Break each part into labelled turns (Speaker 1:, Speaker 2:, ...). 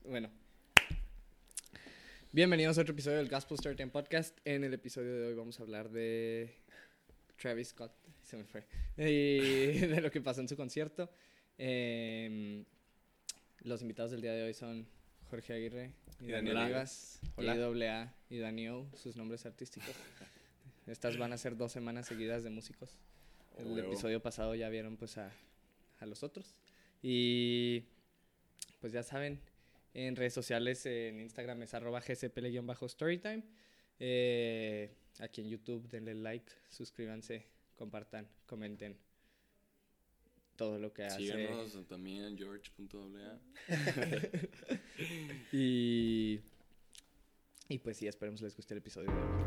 Speaker 1: Bueno. Bienvenidos a otro episodio del Gospel Storytime Podcast. En el episodio de hoy vamos a hablar de Travis Scott, se me fue, y de lo que pasó en su concierto. Los invitados del día de hoy son Jorge Aguirre y Daniel Olivas, IAA y Dani O, sus nombres artísticos. Estas van a ser 2 semanas seguidas de músicos. El episodio pasado ya vieron pues a los otros. Y pues ya saben, en redes sociales, en Instagram es @gcpl_storytime. Aquí en YouTube denle like, suscríbanse, compartan, comenten todo lo que hace.
Speaker 2: Síganos también en george.a.
Speaker 1: y pues sí, esperemos les guste el episodio de hoy.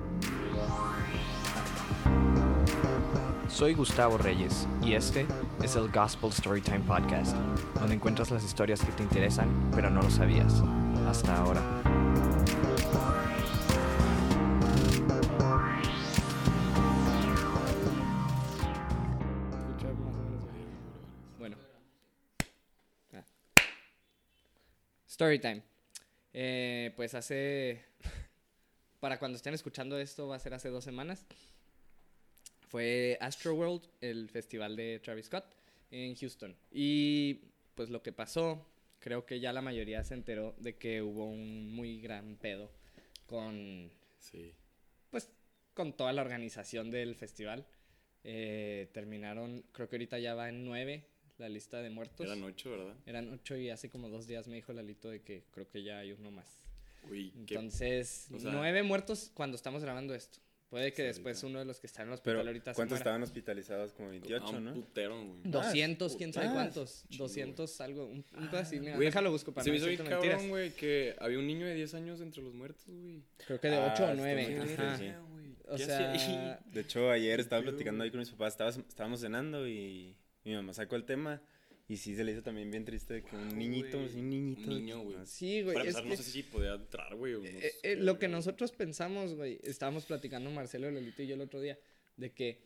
Speaker 3: Soy Gustavo Reyes y este es el Gospel Storytime Podcast, donde encuentras las historias que te interesan, pero no lo sabías hasta ahora.
Speaker 1: Bueno. Storytime. Pues para cuando estén escuchando esto va a ser hace 2 semanas. Fue Astroworld, el festival de Travis Scott en Houston. Y pues lo que pasó, creo que ya la mayoría se enteró de que hubo un muy gran pedo con toda la organización del festival. Terminaron, creo que ahorita ya va en 9 la lista de muertos.
Speaker 2: Eran 8, ¿verdad?
Speaker 1: Eran 8 y hace como 2 días me dijo Lalito de que creo que ya hay uno más.
Speaker 2: Uy,
Speaker 1: entonces, 9 muertos cuando estamos grabando esto. Puede que después uno de los que está en el hospital ahorita se muera.
Speaker 4: ¿Cuántos estaban hospitalizados? Como 28, ¿no?
Speaker 2: Putero, güey.
Speaker 1: 200, quién sabe cuántos. 200 algo, un así, mira, déjalo busco para
Speaker 2: no
Speaker 1: decirte mentiras.
Speaker 2: Se me hizo cabrón, güey, que había un niño de 10 años entre los muertos, güey.
Speaker 1: Creo que de 8 o 9. Ajá.
Speaker 4: Sí.
Speaker 1: O sea,
Speaker 4: de hecho, ayer estaba platicando ahí con mis papás, estábamos cenando y mi mamá sacó el tema. Y sí, se le hizo también bien triste de que un niñito,
Speaker 2: güey.
Speaker 4: un niñito.
Speaker 2: Un niño, güey.
Speaker 1: Sí, güey.
Speaker 2: Para empezar, no sé si podía entrar, güey.
Speaker 1: Lo que nosotros pensamos, güey, estábamos platicando Marcelo, Lolito y yo el otro día, de que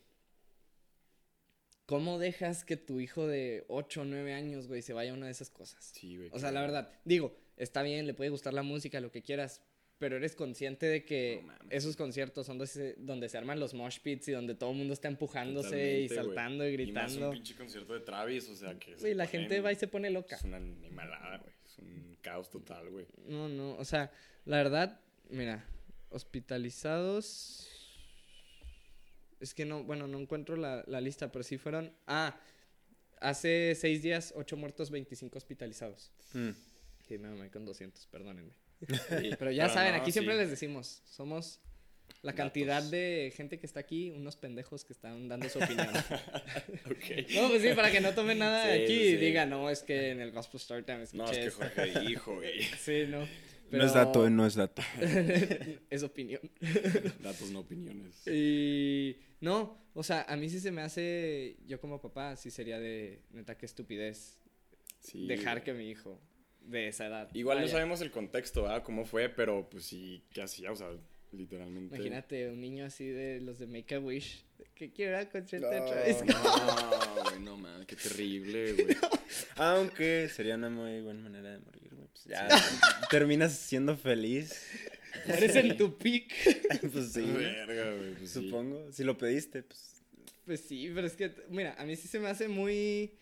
Speaker 1: ¿cómo dejas que tu hijo de 8 o 9 años, güey, se vaya a una de esas cosas?
Speaker 2: Sí, güey.
Speaker 1: O sea, la verdad, digo, está bien, le puede gustar la música, lo que quieras, pero eres consciente de que esos conciertos son donde se arman los mosh pits y donde todo el mundo está empujándose
Speaker 2: totalmente,
Speaker 1: y saltando y gritando.
Speaker 2: Y más un pinche concierto de Travis, o sea que...
Speaker 1: Güey, la gente va y se pone loca.
Speaker 2: Es una animalada, güey. Es un caos total, güey.
Speaker 1: No, o sea, la verdad, mira, hospitalizados... Es que no, bueno, no encuentro la lista, pero sí fueron... hace 6 días, 8 muertos, 25 hospitalizados. Sí, me mamé con 200, perdónenme. Pero ya saben, aquí siempre les decimos, somos la cantidad de gente que está aquí, unos pendejos que están dando su opinión.
Speaker 2: Okay.
Speaker 1: No, pues sí, para que no tomen nada de aquí y digan, no, es que en el Gospel Storytime escuché
Speaker 2: No, es que Jorge dijo, güey.
Speaker 1: Sí, no. Pero...
Speaker 4: No es dato, no es dato.
Speaker 1: Es opinión.
Speaker 2: Datos, no opiniones.
Speaker 1: Y no, o sea, a mí sí se me hace, yo como papá, sí sería de, neta, qué estupidez dejar que mi hijo de esa edad.
Speaker 2: Igual no sabemos el contexto, cómo fue, pero pues sí, ¿qué hacía? O sea, literalmente.
Speaker 1: Imagínate un niño así de los de Make a Wish, que quiere ir al concierto de
Speaker 2: No,
Speaker 1: Travis.
Speaker 2: güey, no, man, qué terrible, güey.
Speaker 4: Aunque sería una muy buena manera de morir, güey. Pues ya terminas siendo feliz.
Speaker 1: Eres en tu peak.
Speaker 4: Pues sí.
Speaker 2: Verga, güey, pues
Speaker 4: supongo. Si lo pediste, pues.
Speaker 1: Pues sí, pero es que, mira, a mí sí se me hace muy...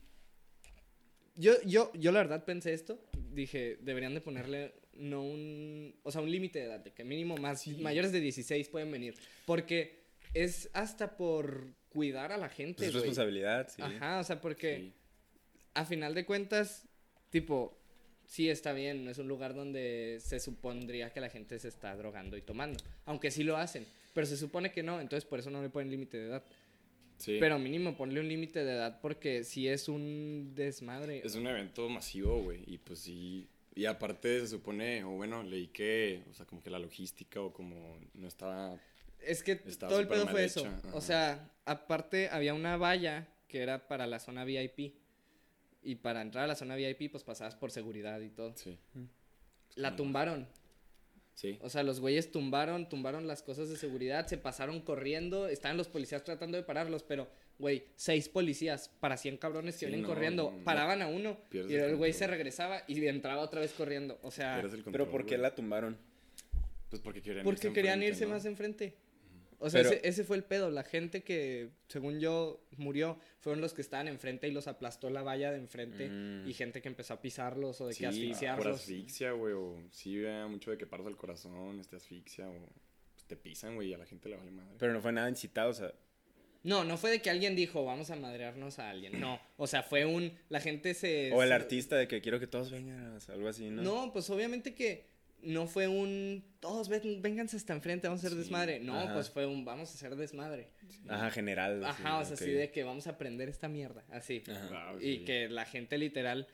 Speaker 1: Yo la verdad pensé esto, dije, deberían de ponerle un límite de edad, de que mínimo mayores de 16 pueden venir, porque es hasta por cuidar a la gente,
Speaker 4: Es responsabilidad, sí.
Speaker 1: Ajá, o sea, porque a final de cuentas, tipo, sí está bien, no es un lugar donde se supondría que la gente se está drogando y tomando, aunque sí lo hacen, pero se supone que no, entonces por eso no le ponen límite de edad. Sí. Pero mínimo ponle un límite de edad porque si es un desmadre.
Speaker 2: Es un evento masivo, güey, y pues sí, y aparte se supone, o bueno, leí que, o sea, como que la logística o como no estaba...
Speaker 1: Es que todo el pedo fue eso, o sea, aparte había una valla que era para la zona VIP y para entrar a la zona VIP pues pasabas por seguridad y todo.
Speaker 2: Sí.
Speaker 1: La tumbaron.
Speaker 2: Sí.
Speaker 1: O sea, los güeyes tumbaron las cosas de seguridad, se pasaron corriendo, estaban los policías tratando de pararlos, pero güey, 6 policías para 100 cabrones que
Speaker 2: Sí,
Speaker 1: vienen
Speaker 2: no,
Speaker 1: corriendo,
Speaker 2: no,
Speaker 1: paraban a uno
Speaker 2: pierdes
Speaker 1: y
Speaker 2: el
Speaker 1: el güey
Speaker 2: control.
Speaker 1: se regresaba y entraba otra vez corriendo. O sea,
Speaker 2: Pierdes el control,
Speaker 4: Pero ¿por qué
Speaker 2: güey.
Speaker 4: la tumbaron?
Speaker 2: Pues porque querían
Speaker 1: porque
Speaker 2: irse
Speaker 1: querían
Speaker 2: enfrente,
Speaker 1: irse
Speaker 2: ¿no?
Speaker 1: más enfrente. O sea,
Speaker 4: Pero-
Speaker 1: ese fue el pedo. La gente que, según yo, murió fueron los que estaban enfrente y los aplastó la valla de enfrente.
Speaker 4: Mm.
Speaker 1: Y gente que empezó a pisarlos o de que
Speaker 2: Sí, por
Speaker 1: asfixiarlos.
Speaker 2: asfixia, güey, o sí vea mucho de que paras al corazón, asfixia, o pues, te pisan, güey, y a la gente le vale madre.
Speaker 4: Pero no fue nada incitado, o sea...
Speaker 1: No fue de que alguien dijo, vamos a madrearnos a alguien. No, o sea, fue la gente se...
Speaker 4: O el
Speaker 1: se-
Speaker 4: artista de que quiero que todos vengan, o sea, algo así, ¿no?
Speaker 1: No, pues obviamente que no fue todos vénganse hasta enfrente, vamos a hacer
Speaker 2: Sí,
Speaker 1: desmadre. No,
Speaker 4: ajá.
Speaker 1: pues fue vamos a hacer desmadre.
Speaker 4: Ajá, general.
Speaker 1: Ajá, o sea,
Speaker 4: ok.
Speaker 1: así de que vamos a aprender esta mierda, así.
Speaker 4: Ajá.
Speaker 2: Ah,
Speaker 1: Y
Speaker 2: sí.
Speaker 1: que la gente literal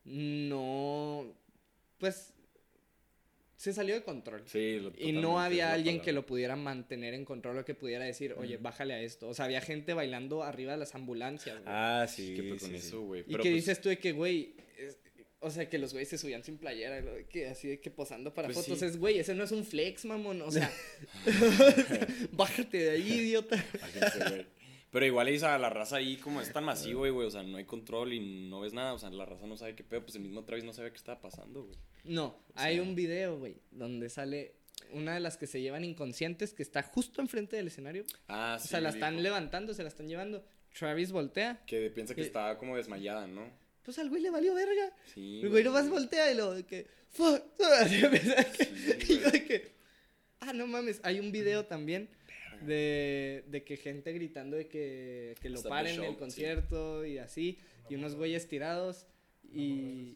Speaker 1: no, pues, se salió de control.
Speaker 2: Sí,
Speaker 1: Y no
Speaker 2: totalmente,
Speaker 1: había
Speaker 2: es la
Speaker 1: alguien que
Speaker 2: palabra.
Speaker 1: lo pudiera mantener en control o que pudiera decir, oye, bájale a esto. O sea, había gente bailando arriba de las ambulancias, güey.
Speaker 4: Ah, sí.
Speaker 2: ¿Qué pedo con
Speaker 4: sí,
Speaker 2: eso,
Speaker 4: sí.
Speaker 2: güey?
Speaker 1: Y
Speaker 2: Pero,
Speaker 1: que
Speaker 2: pues,
Speaker 1: dices tú de que, güey, o sea, que los güeyes se subían sin playera, que así de que posando para
Speaker 2: Pues
Speaker 1: fotos.
Speaker 2: sí.
Speaker 1: Es, güey, ese no es un flex, mamón. O sea, bájate de ahí, idiota.
Speaker 2: fíjense, güey. Pero igual es a la raza ahí como es tan masivo, güey, o sea, no hay control y no ves nada, o sea, la raza no sabe qué pedo, pues el mismo Travis no sabe qué estaba pasando, güey.
Speaker 1: No, hay un video, güey, donde sale una de las que se llevan inconscientes que está justo enfrente del escenario.
Speaker 2: Ah,
Speaker 1: O
Speaker 2: sí.
Speaker 1: sea, la
Speaker 2: dijo.
Speaker 1: están levantando, se la están llevando. Travis voltea.
Speaker 2: Que piensa que
Speaker 1: que-
Speaker 2: estaba como desmayada, ¿no?
Speaker 1: Pues al güey le valió verga.
Speaker 2: Sí.
Speaker 1: El güey nomás voltea y lo de que, fuck. Así empieza que-
Speaker 2: Sí,
Speaker 1: y yo de que, no mames. Hay un video también de que gente gritando de que lo
Speaker 2: Stop the
Speaker 1: paren
Speaker 2: show,
Speaker 1: el
Speaker 2: sí.
Speaker 1: concierto y así. Y unos güeyes tirados. Y.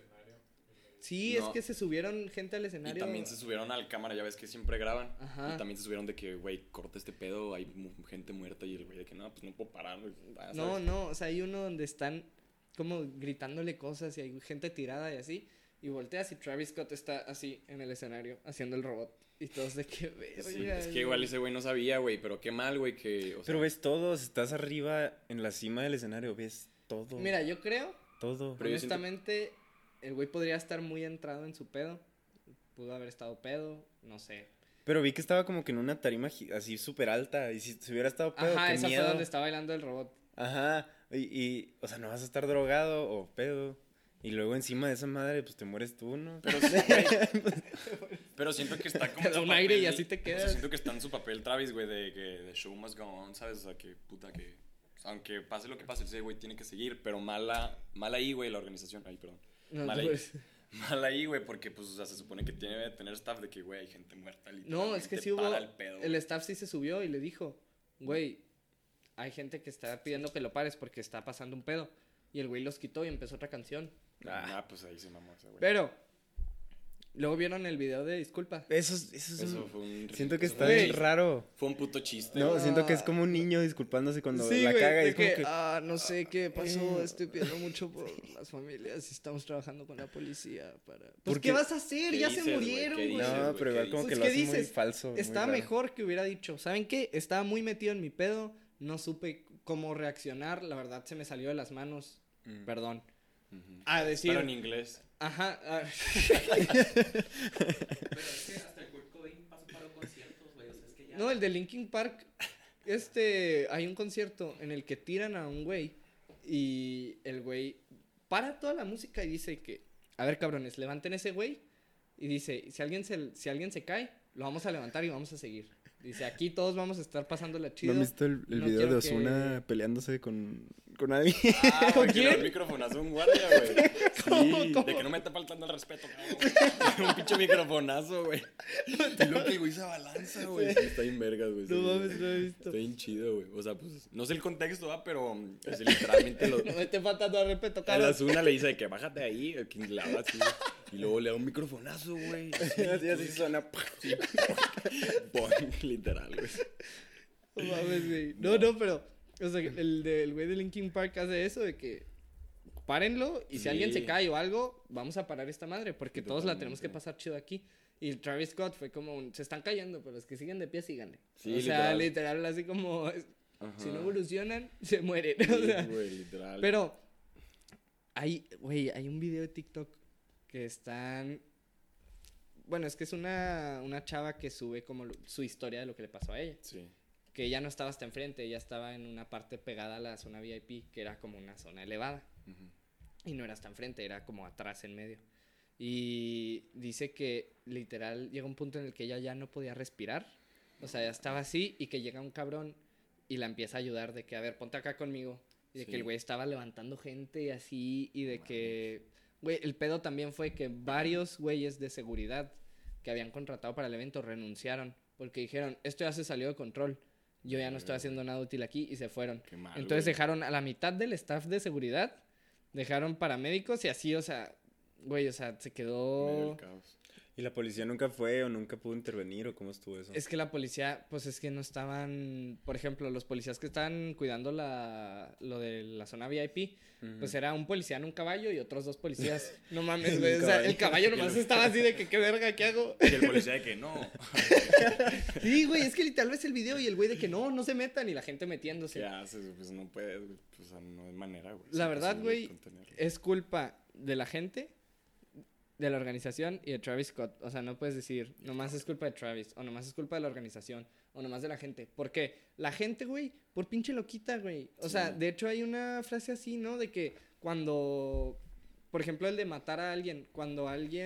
Speaker 1: Sí,
Speaker 2: No.
Speaker 1: es que se subieron gente al
Speaker 2: Y
Speaker 1: escenario.
Speaker 2: también se subieron al cámara, ya ves que siempre graban.
Speaker 1: Ajá.
Speaker 2: Y también se subieron de que, güey, corta este pedo, hay gente muerta. Y el güey de que, no, pues no puedo parar, güey. Ah,
Speaker 1: No,
Speaker 2: ¿sabes?
Speaker 1: no, o sea, hay uno donde están como gritándole cosas y hay gente tirada y así. Y volteas y Travis Scott está así en el escenario haciendo el robot. Y todos de que
Speaker 2: Sí,
Speaker 1: verga,
Speaker 2: es que igual ese güey no sabía, güey, pero qué mal, güey, que... O sea,
Speaker 4: Pero ves todo, estás arriba en la cima del escenario, ves todo.
Speaker 1: Mira, yo creo,
Speaker 4: Todo.
Speaker 2: Pero yo siento-
Speaker 1: honestamente, el güey podría estar muy entrado en su pedo. Pudo haber estado pedo, no sé.
Speaker 4: Pero vi que estaba como que en una tarima así súper alta. Y si hubiera estado pedo,
Speaker 1: Ajá,
Speaker 4: qué
Speaker 1: esa
Speaker 4: miedo.
Speaker 1: fue donde está bailando el robot.
Speaker 4: Ajá. O sea, no vas a estar drogado o pedo. Y luego encima de esa madre, pues te mueres tú, ¿no?
Speaker 2: Pero, sí, güey. Pero siento que está como
Speaker 1: Te
Speaker 2: en
Speaker 1: da
Speaker 2: su
Speaker 1: un aire y
Speaker 2: papel,
Speaker 1: así te
Speaker 2: O
Speaker 1: quedas.
Speaker 2: sea, siento que está en su papel Travis, güey, de que the show must go on, ¿sabes? O sea, que puta que... o sea, aunque pase lo que pase, ese güey tiene que seguir, pero mal ahí, güey, la organización. Ay, perdón.
Speaker 1: No,
Speaker 2: Mal ahí.
Speaker 1: pues-
Speaker 2: Mal ahí, güey, porque, pues, o sea, se supone que tiene que tener staff de que, güey, hay gente muerta,
Speaker 1: No, es que sí hubo.
Speaker 2: para el pedo,
Speaker 1: El
Speaker 2: güey.
Speaker 1: staff sí se subió y le dijo, güey, hay gente que está pidiendo que lo pares porque está pasando un pedo. Y el güey los quitó y empezó otra canción.
Speaker 2: Pues ahí se mamó ese güey.
Speaker 1: Pero, luego vieron el video de disculpa.
Speaker 4: Eso es
Speaker 2: Eso
Speaker 4: un...
Speaker 2: fue un...
Speaker 4: Siento que
Speaker 2: eso
Speaker 4: está
Speaker 2: fue un
Speaker 1: Güey.
Speaker 4: bien
Speaker 2: chiste.
Speaker 4: raro.
Speaker 2: Fue un puto chiste,
Speaker 4: No,
Speaker 2: güey.
Speaker 4: siento que es como un niño disculpándose cuando
Speaker 1: Sí,
Speaker 4: la
Speaker 1: güey,
Speaker 4: caga. Y
Speaker 1: de
Speaker 4: es como
Speaker 1: que,
Speaker 4: que...
Speaker 1: no sé qué pasó, estoy pidiendo mucho por las familias y estamos trabajando con la policía para... Pues,
Speaker 4: ¿Por
Speaker 1: ¿qué
Speaker 4: qué?
Speaker 1: vas a hacer?
Speaker 2: ¿Qué
Speaker 1: Ya
Speaker 2: dices,
Speaker 1: se
Speaker 2: güey?
Speaker 1: murieron,
Speaker 2: ¿Qué
Speaker 1: güey.
Speaker 2: dices?
Speaker 4: No,
Speaker 2: güey,
Speaker 4: pero
Speaker 2: ¿qué
Speaker 4: igual como
Speaker 1: Pues,
Speaker 4: que lo
Speaker 1: ¿qué
Speaker 4: hace muy
Speaker 1: dices?
Speaker 4: falso. muy
Speaker 1: Está
Speaker 4: raro.
Speaker 1: mejor que hubiera dicho, ¿saben qué? Estaba muy metido en mi pedo, no supe cómo reaccionar, la verdad se me salió de las manos, perdón.
Speaker 2: Ujú.
Speaker 1: A decir,
Speaker 2: Pero en inglés.
Speaker 1: ajá,
Speaker 3: Pero es que hasta el Kurt Cobain pasó para conciertos, güey. O sea, es que ya.
Speaker 1: no, el de Linkin Park, hay un concierto en el que tiran a un güey y el güey para toda la música y dice que, a ver cabrones, levanten ese güey y dice, si alguien se cae, lo vamos a levantar y vamos a seguir. Dice, aquí todos vamos a estar pasándola chido.
Speaker 4: ¿No han visto el
Speaker 1: No
Speaker 4: video
Speaker 1: quiero
Speaker 4: de Ozuna peleándose con alguien?
Speaker 2: Ah,
Speaker 1: ¿Con
Speaker 2: güey, que le da
Speaker 1: quién?
Speaker 2: el microfonazo a un guardia, güey.
Speaker 1: ¿Cómo?
Speaker 2: Sí,
Speaker 1: ¿Cómo?
Speaker 2: de que no me está faltando el respeto, cabrón. Un pinche microfonazo, güey. Y luego que el güey se abalanza, güey. Sí, está bien vergas, güey.
Speaker 1: No
Speaker 2: sí.
Speaker 1: mames, no he visto.
Speaker 2: Está bien chido, güey. O sea, pues, no sé el contexto, ¿va? Pero es literalmente lo...
Speaker 1: No me esté faltando al respeto,
Speaker 2: A la
Speaker 1: cabrón.
Speaker 2: Ozuna le dice de que bájate ahí, el que le habla así, y luego le da un microfonazo, güey.
Speaker 4: Así suena.
Speaker 2: Boing, literal, güey.
Speaker 1: No mames, güey. No, pero, o sea, el güey de Linkin Park hace eso de que párenlo y si
Speaker 2: Sí.
Speaker 1: alguien se cae o algo, vamos a parar esta madre porque
Speaker 2: Sí,
Speaker 1: todos la tenemos que
Speaker 2: totalmente.
Speaker 1: pasar chido aquí. Y el Travis Scott fue como se están cayendo, pero los que siguen de pie, síganle.
Speaker 2: Sí,
Speaker 1: o sea,
Speaker 2: literal.
Speaker 1: literal, así como,
Speaker 2: Ajá.
Speaker 1: si no evolucionan, se mueren.
Speaker 2: Sí,
Speaker 1: o sea,
Speaker 2: güey, literal.
Speaker 1: pero, hay un video de TikTok que están... Bueno, es que es una chava que sube como su historia de lo que le pasó a ella.
Speaker 2: Sí.
Speaker 1: que ella no estaba hasta enfrente, ella estaba en una parte pegada a la zona VIP, que era como una zona elevada. Y no era hasta enfrente, era como atrás en medio. Y dice que literal llega un punto en el que ella ya no podía respirar. O sea, ya estaba así y que llega un cabrón y la empieza a ayudar de que, a ver, ponte acá conmigo. Y de que el güey estaba levantando gente así y de que... Güey, el pedo también fue que varios güeyes de seguridad que habían contratado para el evento renunciaron porque dijeron, esto ya se salió de control. Yo ya no estoy haciendo nada útil aquí y se fueron.
Speaker 2: Qué mal,
Speaker 1: Entonces
Speaker 2: güey.
Speaker 1: dejaron a la mitad del staff de seguridad, dejaron paramédicos y así, o sea, güey, o sea, se
Speaker 2: Medio
Speaker 1: quedó...
Speaker 2: el caos.
Speaker 4: ¿Y la policía nunca fue o nunca pudo intervenir o cómo estuvo eso?
Speaker 1: Es que la policía, pues es que no estaban, por ejemplo, los policías que estaban cuidando lo de la zona VIP, pues era un policía en un caballo y otros 2 policías. No mames, güey, o sea, el caballo nomás estaba así de que, ¿qué verga, qué hago?
Speaker 2: Y el policía de que no.
Speaker 1: Sí, güey, es que literal ves el video y el güey de que no se metan y la gente metiéndose.
Speaker 2: ¿Qué haces? Pues no puedes, güey. Pues, o sea, no hay manera, güey.
Speaker 1: La
Speaker 2: Es
Speaker 1: verdad,
Speaker 2: imposible
Speaker 1: güey,
Speaker 2: contenerlo.
Speaker 1: es culpa de la gente, de la organización y de Travis Scott. O sea, no puedes decir, nomás es culpa de Travis, o nomás es culpa de la organización, o nomás de la gente. Porque la gente, güey, por pinche loquita, güey. O sea, de hecho hay una frase así, ¿no? De que cuando, por ejemplo, el de matar a alguien, cuando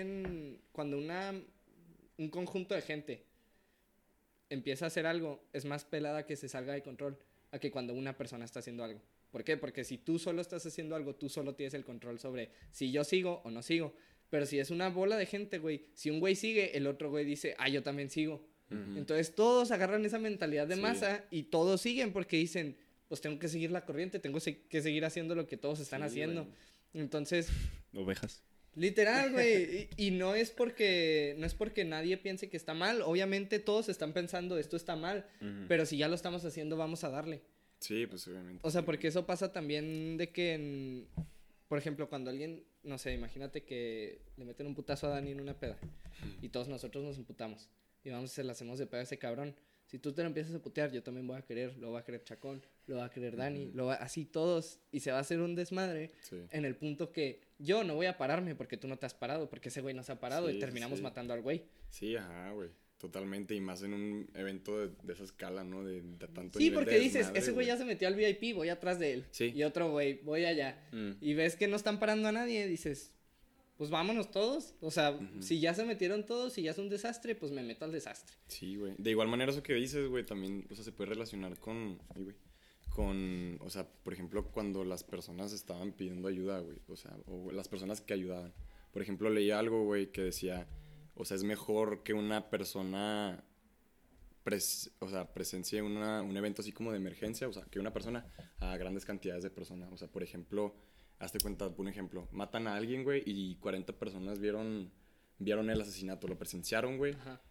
Speaker 1: un conjunto de gente empieza a hacer algo, es más pelada que se salga de control a que cuando una persona está haciendo algo. ¿Por qué? Porque si tú solo estás haciendo algo, tú solo tienes el control sobre si yo sigo o no sigo. Pero si es una bola de gente, güey, si un güey sigue, el otro güey dice, yo también sigo. Entonces todos agarran esa mentalidad de masa y todos siguen porque dicen, pues tengo que seguir la corriente, tengo que seguir haciendo lo que todos están haciendo.
Speaker 2: Güey.
Speaker 1: Entonces,
Speaker 4: Ovejas.
Speaker 1: literal, güey, y no es porque nadie piense que está mal. Obviamente todos están pensando, esto está mal, pero si ya lo estamos haciendo, vamos a darle.
Speaker 2: Sí, pues obviamente.
Speaker 1: O sea, porque eso pasa también de que, por ejemplo, cuando alguien, no sé, imagínate que le meten un putazo a Dani en una peda y todos nosotros nos emputamos y vamos y se la hacemos de pedo a ese cabrón. Si tú te lo empiezas a putear, yo también voy a querer, lo va a querer Chacón, lo va a querer Dani, así todos, y se va a hacer un desmadre en el punto que yo no voy a pararme porque tú no te has parado, porque ese güey no se ha parado y terminamos matando al güey.
Speaker 2: Sí, ajá, güey. Totalmente, y más en un evento de esa escala, ¿no? De tanto
Speaker 1: Sí,
Speaker 2: nivel
Speaker 1: porque
Speaker 2: de
Speaker 1: dices,
Speaker 2: desmadre,
Speaker 1: ese güey ya se metió al VIP, voy atrás de él.
Speaker 2: Sí.
Speaker 1: Y otro güey, voy allá. Y ves que no están parando a nadie, dices, pues vámonos todos. O sea, si ya se metieron todos, si ya es un desastre, pues me meto al desastre.
Speaker 2: Sí, güey. De igual manera eso que dices, güey, también, o sea, se puede relacionar con, o sea, por ejemplo, cuando las personas estaban pidiendo ayuda, güey, o sea, o las personas que ayudaban. Por ejemplo, leí algo, güey, que decía, o sea, es mejor que una persona presencie un evento así como de emergencia, o sea, que una persona a grandes cantidades de personas. O sea, por ejemplo, hazte cuenta, por un ejemplo, matan a alguien, güey, y 40 personas vieron el asesinato, lo presenciaron, güey.
Speaker 1: Ajá.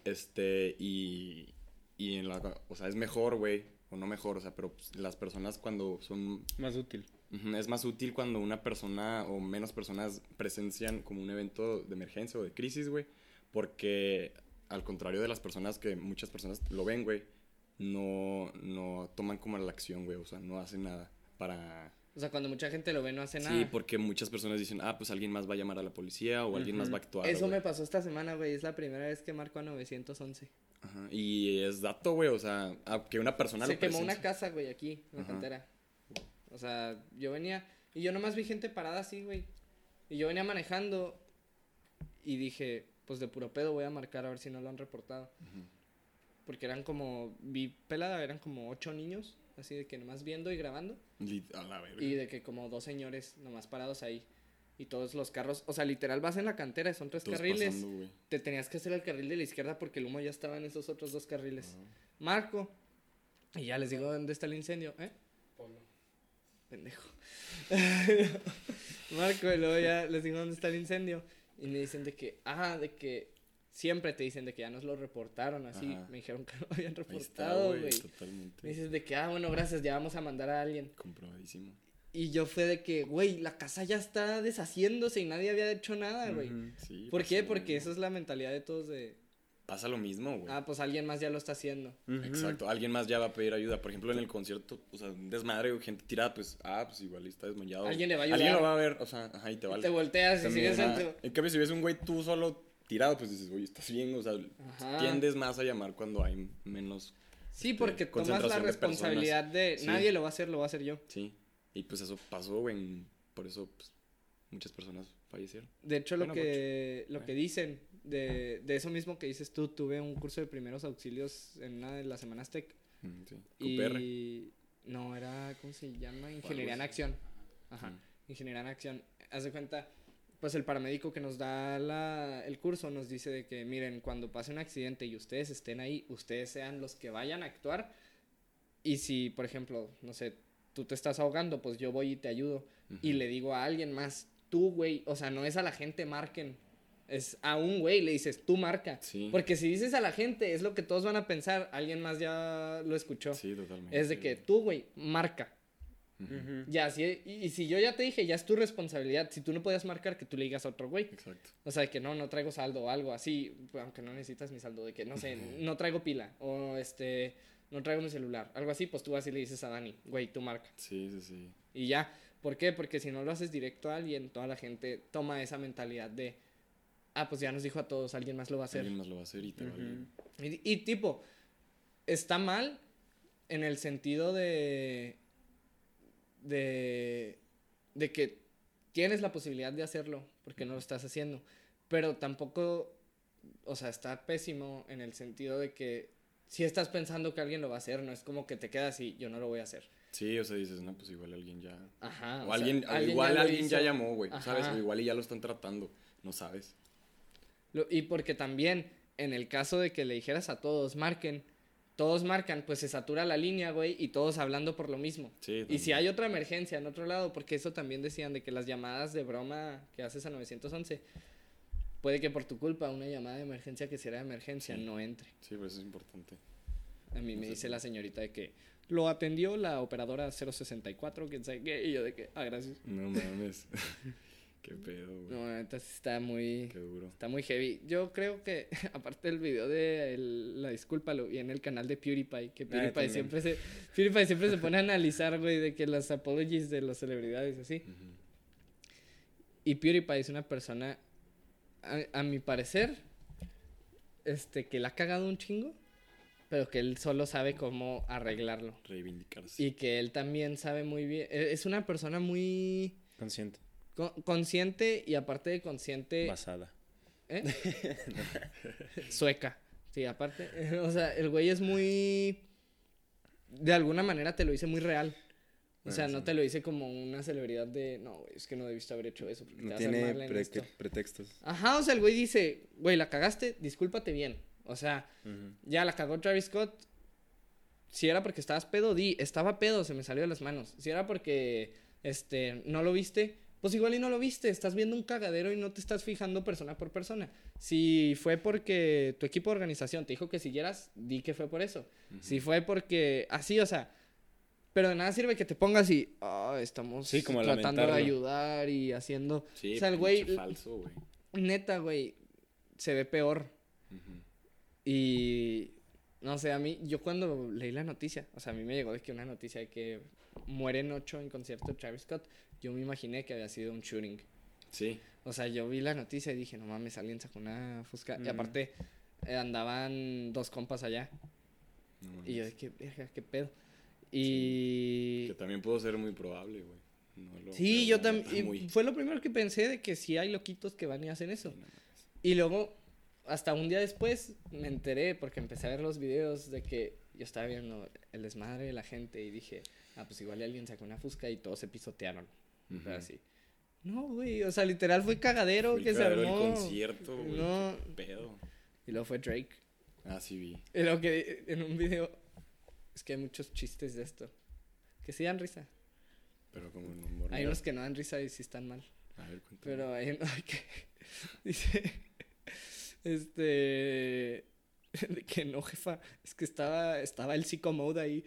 Speaker 2: O sea, es mejor, güey, o no mejor, o sea, pero pues, las personas cuando son...
Speaker 4: Más útil.
Speaker 2: Es más útil cuando una persona o menos personas presencian como un evento de emergencia o de crisis, güey, porque al contrario de las personas que muchas personas lo ven, güey, no toman como la acción, güey, o sea, no hacen nada para...
Speaker 1: O sea, cuando mucha gente lo ve, no hace nada.
Speaker 2: Sí, porque muchas personas dicen, pues alguien más va a llamar a la policía o alguien más va a actuar.
Speaker 1: Eso
Speaker 2: güey.
Speaker 1: me pasó esta semana, güey. Es la primera vez que marco a 911.
Speaker 2: Ajá. Y es dato, güey, o sea, que una persona
Speaker 1: Se
Speaker 2: lo
Speaker 1: quemó
Speaker 2: presencie.
Speaker 1: una casa, güey, aquí, en la cantera. O sea, yo venía y yo nomás vi gente parada así, güey. Y yo venía manejando y dije, pues de puro pedo voy a marcar a ver si no lo han reportado. Porque vi pelada, eran como 8 niños, así de que nomás viendo y grabando.
Speaker 2: A la verga.
Speaker 1: Y de que como 2 señores nomás parados ahí. Y todos los carros, o sea, literal vas en la cantera, son 3
Speaker 2: Todos
Speaker 1: carriles.
Speaker 2: pasando, güey.
Speaker 1: Te tenías que hacer el carril de la izquierda porque el humo ya estaba en esos otros 2 carriles. Marco. Y ya les digo dónde está el incendio, Polo. Pendejo. Marco, y luego ya les digo dónde está el incendio. Y me dicen de que siempre te dicen de que ya nos lo reportaron, así.
Speaker 2: Ajá.
Speaker 1: Me dijeron que lo habían
Speaker 2: Ahí está,
Speaker 1: reportado, güey.
Speaker 2: Totalmente.
Speaker 1: Me dices de que, bueno, gracias, ya vamos a mandar a alguien.
Speaker 2: Comprobadísimo.
Speaker 1: Y yo fue de que, güey, la casa ya está deshaciéndose y nadie había hecho nada, güey.
Speaker 2: Sí,
Speaker 1: ¿Por qué?
Speaker 2: pasa lo
Speaker 1: Porque
Speaker 2: mismo.
Speaker 1: esa es la mentalidad de todos de...
Speaker 2: Pasa lo mismo, güey.
Speaker 1: pues alguien más ya lo está haciendo.
Speaker 2: Exacto, alguien más ya va a pedir ayuda. Por ejemplo, en el concierto, o sea, un desmadre, güey, gente tirada, pues igual está desmayado.
Speaker 1: Alguien le va a ayudar.
Speaker 2: Alguien lo va a ver, o sea, y te
Speaker 1: Y
Speaker 2: vale.
Speaker 1: te volteas y
Speaker 2: También,
Speaker 1: sigues dentro.
Speaker 2: En cambio, si ves un güey tú solo tirado, pues dices, oye, estás bien, o sea, tiendes más a llamar cuando hay menos
Speaker 1: Sí, porque tomas la
Speaker 2: concentración de
Speaker 1: responsabilidad de
Speaker 2: Sí.
Speaker 1: nadie lo va a hacer, lo voy a hacer yo.
Speaker 2: Sí, y pues eso pasó, güey, por eso pues, muchas personas fallecieron.
Speaker 1: De hecho,
Speaker 2: Bueno,
Speaker 1: lo que dicen de eso mismo que dices tú, tuve un curso de primeros auxilios en una de las semanas Tech.
Speaker 2: Sí. QPR.
Speaker 1: Y no, era, ¿cómo se llama? Ingeniería en
Speaker 2: así.
Speaker 1: acción. Ajá,
Speaker 2: Ujú.
Speaker 1: ingeniería en acción. Haz de cuenta, pues el paramédico que nos da el curso nos dice de que, miren, cuando pase un accidente y ustedes estén ahí, ustedes sean los que vayan a actuar. Y si, por ejemplo, no sé, tú te estás ahogando, pues yo voy y te ayudo. Y le digo a alguien más, tú, güey, o sea, no es a la gente marquen. Es a un güey, le dices, tú marca.
Speaker 2: Sí.
Speaker 1: Porque si dices a la gente, es lo que todos van a pensar. Alguien más ya lo escuchó.
Speaker 2: Sí, totalmente.
Speaker 1: Es de que tú, güey, marca.
Speaker 2: Ujú.
Speaker 1: Ya, y si yo ya te dije, ya es tu responsabilidad. Si tú no podías marcar, que tú le digas a otro güey.
Speaker 2: Exacto.
Speaker 1: O sea, de que no traigo saldo o algo así. Aunque no necesitas mi saldo. De que, no sé, no traigo pila. O no traigo mi celular. Algo así, pues tú así le dices a Dani, güey, tú marca.
Speaker 2: Sí.
Speaker 1: Y ya. ¿Por qué? Porque si no lo haces directo a alguien, toda la gente toma esa mentalidad de, pues ya nos dijo a todos, alguien más lo va a hacer.
Speaker 2: Alguien más lo va a hacer y te va bien.
Speaker 1: Y tipo, está mal en el sentido de que tienes la posibilidad de hacerlo porque no lo estás haciendo. Pero tampoco, o sea, está pésimo en el sentido de que si estás pensando que alguien lo va a hacer, no es como que te quedas y yo no lo voy a hacer.
Speaker 2: Sí, o sea, dices, no, pues igual alguien ya...
Speaker 1: Ajá.
Speaker 2: O alguien, igual alguien ya llamó, güey,
Speaker 1: Ajá.
Speaker 2: ¿sabes? O igual y ya lo están tratando, no sabes.
Speaker 1: Y porque también, en el caso de que le dijeras a todos marcan, pues se satura la línea, güey, y todos hablando por lo mismo.
Speaker 2: Sí,
Speaker 1: Y
Speaker 2: también.
Speaker 1: si hay otra emergencia en otro lado, porque eso también decían de que las llamadas de broma que haces a 911, puede que por tu culpa una llamada de emergencia que será de emergencia
Speaker 2: Sí.
Speaker 1: no entre.
Speaker 2: Sí, pues eso es importante.
Speaker 1: A mí
Speaker 2: No
Speaker 1: me
Speaker 2: sé
Speaker 1: dice
Speaker 2: por
Speaker 1: la señorita de que lo atendió la operadora 064, quién sabe qué, y yo de que, gracias.
Speaker 2: No mames. Qué pedo, güey.
Speaker 1: No, entonces está muy...
Speaker 2: Qué duro.
Speaker 1: Está muy heavy. Yo creo que, aparte del video de la disculpa, lo vi en el canal de PewDiePie. Que PewDiePie siempre se pone a analizar, güey, de que las apologies de las celebridades, así.
Speaker 2: Ujú.
Speaker 1: Y PewDiePie es una persona, a mi parecer, que la ha cagado un chingo, pero que él solo sabe cómo arreglarlo.
Speaker 2: Reivindicarse.
Speaker 1: Y que él también sabe muy bien. Es una persona muy
Speaker 4: Consciente.
Speaker 1: consciente y aparte de consciente...
Speaker 4: Basada.
Speaker 1: ¿Eh? Sueca. Sí, aparte. O sea, el güey es muy... De alguna manera te lo dice muy real. O sea, no te lo dice como una celebridad de... No, güey, es que no debiste haber hecho eso. Porque
Speaker 4: No
Speaker 1: te vas a
Speaker 4: tiene
Speaker 1: hacer mal en esto.
Speaker 4: pretextos.
Speaker 1: Ajá, o sea, el güey dice... Güey, la cagaste, discúlpate bien. O sea, ya la cagó Travis Scott. Si era porque estabas pedo, estaba pedo, se me salió de las manos. Si era porque, no lo viste... Pues igual y no lo viste, estás viendo un cagadero y no te estás fijando persona por persona. Si fue porque tu equipo de organización te dijo que siguieras, di que fue por eso. Si fue porque así, o sea, pero de nada sirve que te pongas y estamos
Speaker 4: Sí, como
Speaker 1: tratando de
Speaker 4: lamentarlo.
Speaker 1: ayudar y haciendo...
Speaker 2: Sí,
Speaker 1: o sea, el güey,
Speaker 2: pinche falso, güey.
Speaker 1: neta, güey, se ve peor.
Speaker 2: Ujú.
Speaker 1: Y no sé, a mí, yo cuando leí la noticia, o sea, a mí me llegó de que una noticia de que mueren 8 en concierto de Travis Scott, yo me imaginé que había sido un shooting.
Speaker 2: Sí.
Speaker 1: O sea, yo vi la noticia y dije, no mames, alguien sacó una fusca. Y aparte, andaban 2 compas allá.
Speaker 2: No mames.
Speaker 1: Y yo de que, verga, qué pedo. Y...
Speaker 2: Que también pudo ser muy probable, güey. No lo
Speaker 1: Sí,
Speaker 2: creo,
Speaker 1: yo
Speaker 2: la
Speaker 1: también.
Speaker 2: neta, muy-
Speaker 1: Fue lo primero que pensé de que sí hay loquitos que van y hacen eso.
Speaker 2: No mames.
Speaker 1: Y luego, hasta un día después, me enteré porque empecé a ver los videos de que yo estaba viendo el desmadre de la gente y dije, pues igual alguien sacó una fusca y todos se pisotearon.
Speaker 2: Ujú.
Speaker 1: Pero así. No, güey, o sea, literal fue cagadero
Speaker 2: Fue el
Speaker 1: que se
Speaker 2: cagadero
Speaker 1: armó.
Speaker 2: del concierto, güey.
Speaker 1: No.
Speaker 2: Qué pedo.
Speaker 1: Y luego fue Drake.
Speaker 2: Ah, sí vi.
Speaker 1: Y luego que en un video, es que hay muchos chistes de esto. Que sí dan risa.
Speaker 2: Pero como en humor.
Speaker 1: Hay
Speaker 2: negro.
Speaker 1: unos que no dan risa y sí están mal.
Speaker 2: A ver, cuéntame.
Speaker 1: Pero hay uno que dice, de que no, jefa, es que estaba el Sicko Mode ahí.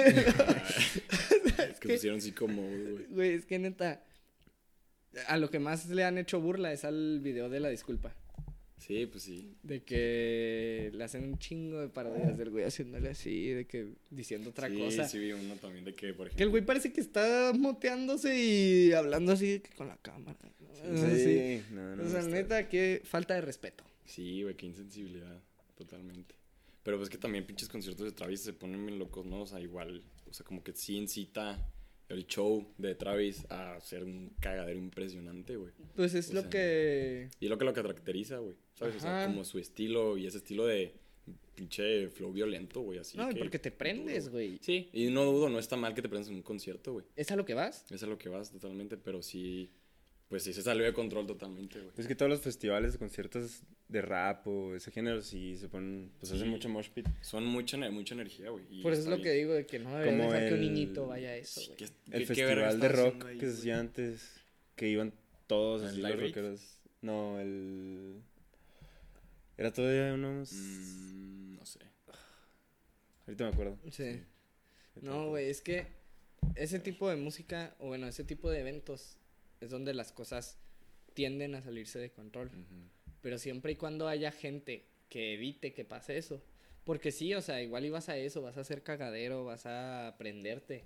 Speaker 2: Es que pusieron Sicko Mode, güey.
Speaker 1: Güey, es que neta, a lo que más le han hecho burla es al video de la disculpa.
Speaker 2: Sí, pues sí.
Speaker 1: De que le hacen un chingo de parodias del güey haciéndole así, de que diciendo otra cosa.
Speaker 2: Sí, vi uno también de que, por ejemplo.
Speaker 1: Que el güey parece que está moteándose y hablando así de que con la cámara. ¿no?
Speaker 4: No,
Speaker 1: O sea,
Speaker 4: está-
Speaker 1: neta, qué falta de respeto.
Speaker 2: Sí, güey, qué insensibilidad. Totalmente. Pero pues que también pinches conciertos de Travis se ponen bien locos, ¿no? O sea, igual, o sea, como que sí incita el show de Travis a ser un cagadero impresionante, güey.
Speaker 1: Pues es
Speaker 2: O
Speaker 1: lo
Speaker 2: sea,
Speaker 1: que...
Speaker 2: Y es lo que caracteriza, güey, ¿sabes? O sea,
Speaker 1: Ajá.
Speaker 2: como su estilo y ese estilo de pinche flow violento, güey, así
Speaker 1: No,
Speaker 2: que...
Speaker 1: porque te prendes,
Speaker 2: duro,
Speaker 1: güey.
Speaker 2: Sí, y no dudo, no está mal que te prendas en un concierto, güey.
Speaker 1: ¿Es a lo que vas?
Speaker 2: Es a lo que vas totalmente, pero sí... Pues sí, se salió de control totalmente, güey.
Speaker 4: Es que todos los festivales, conciertos de rap o ese género sí se ponen, pues hacen
Speaker 2: Sí.
Speaker 4: mucho mosh pit.
Speaker 2: Son mucha energía, güey. y
Speaker 1: Por eso es
Speaker 2: está
Speaker 1: lo que
Speaker 2: bien.
Speaker 1: digo, de que no debería
Speaker 4: Como
Speaker 1: dejar que un
Speaker 4: el-
Speaker 1: niñito vaya a eso, güey.
Speaker 4: El
Speaker 2: ¿Qué verga
Speaker 4: festival de
Speaker 2: estás
Speaker 4: rock
Speaker 2: haciendo ahí,
Speaker 4: que se
Speaker 2: güey?
Speaker 4: hacía antes, que iban todos
Speaker 2: ¿El
Speaker 4: así
Speaker 2: Live
Speaker 4: los
Speaker 2: Aid?
Speaker 4: rockeros. No, el... Era todavía unos...
Speaker 2: No sé.
Speaker 4: Ahorita me acuerdo.
Speaker 1: Sí.
Speaker 4: Ahorita me
Speaker 1: No,
Speaker 4: acuerdo.
Speaker 1: güey, es que ese tipo de música, o bueno, ese tipo de eventos es donde las cosas tienden a salirse de control. Pero siempre y cuando haya gente que evite que pase eso. Porque sí, o sea, igual ibas a eso, vas a hacer cagadero, vas a aprenderte.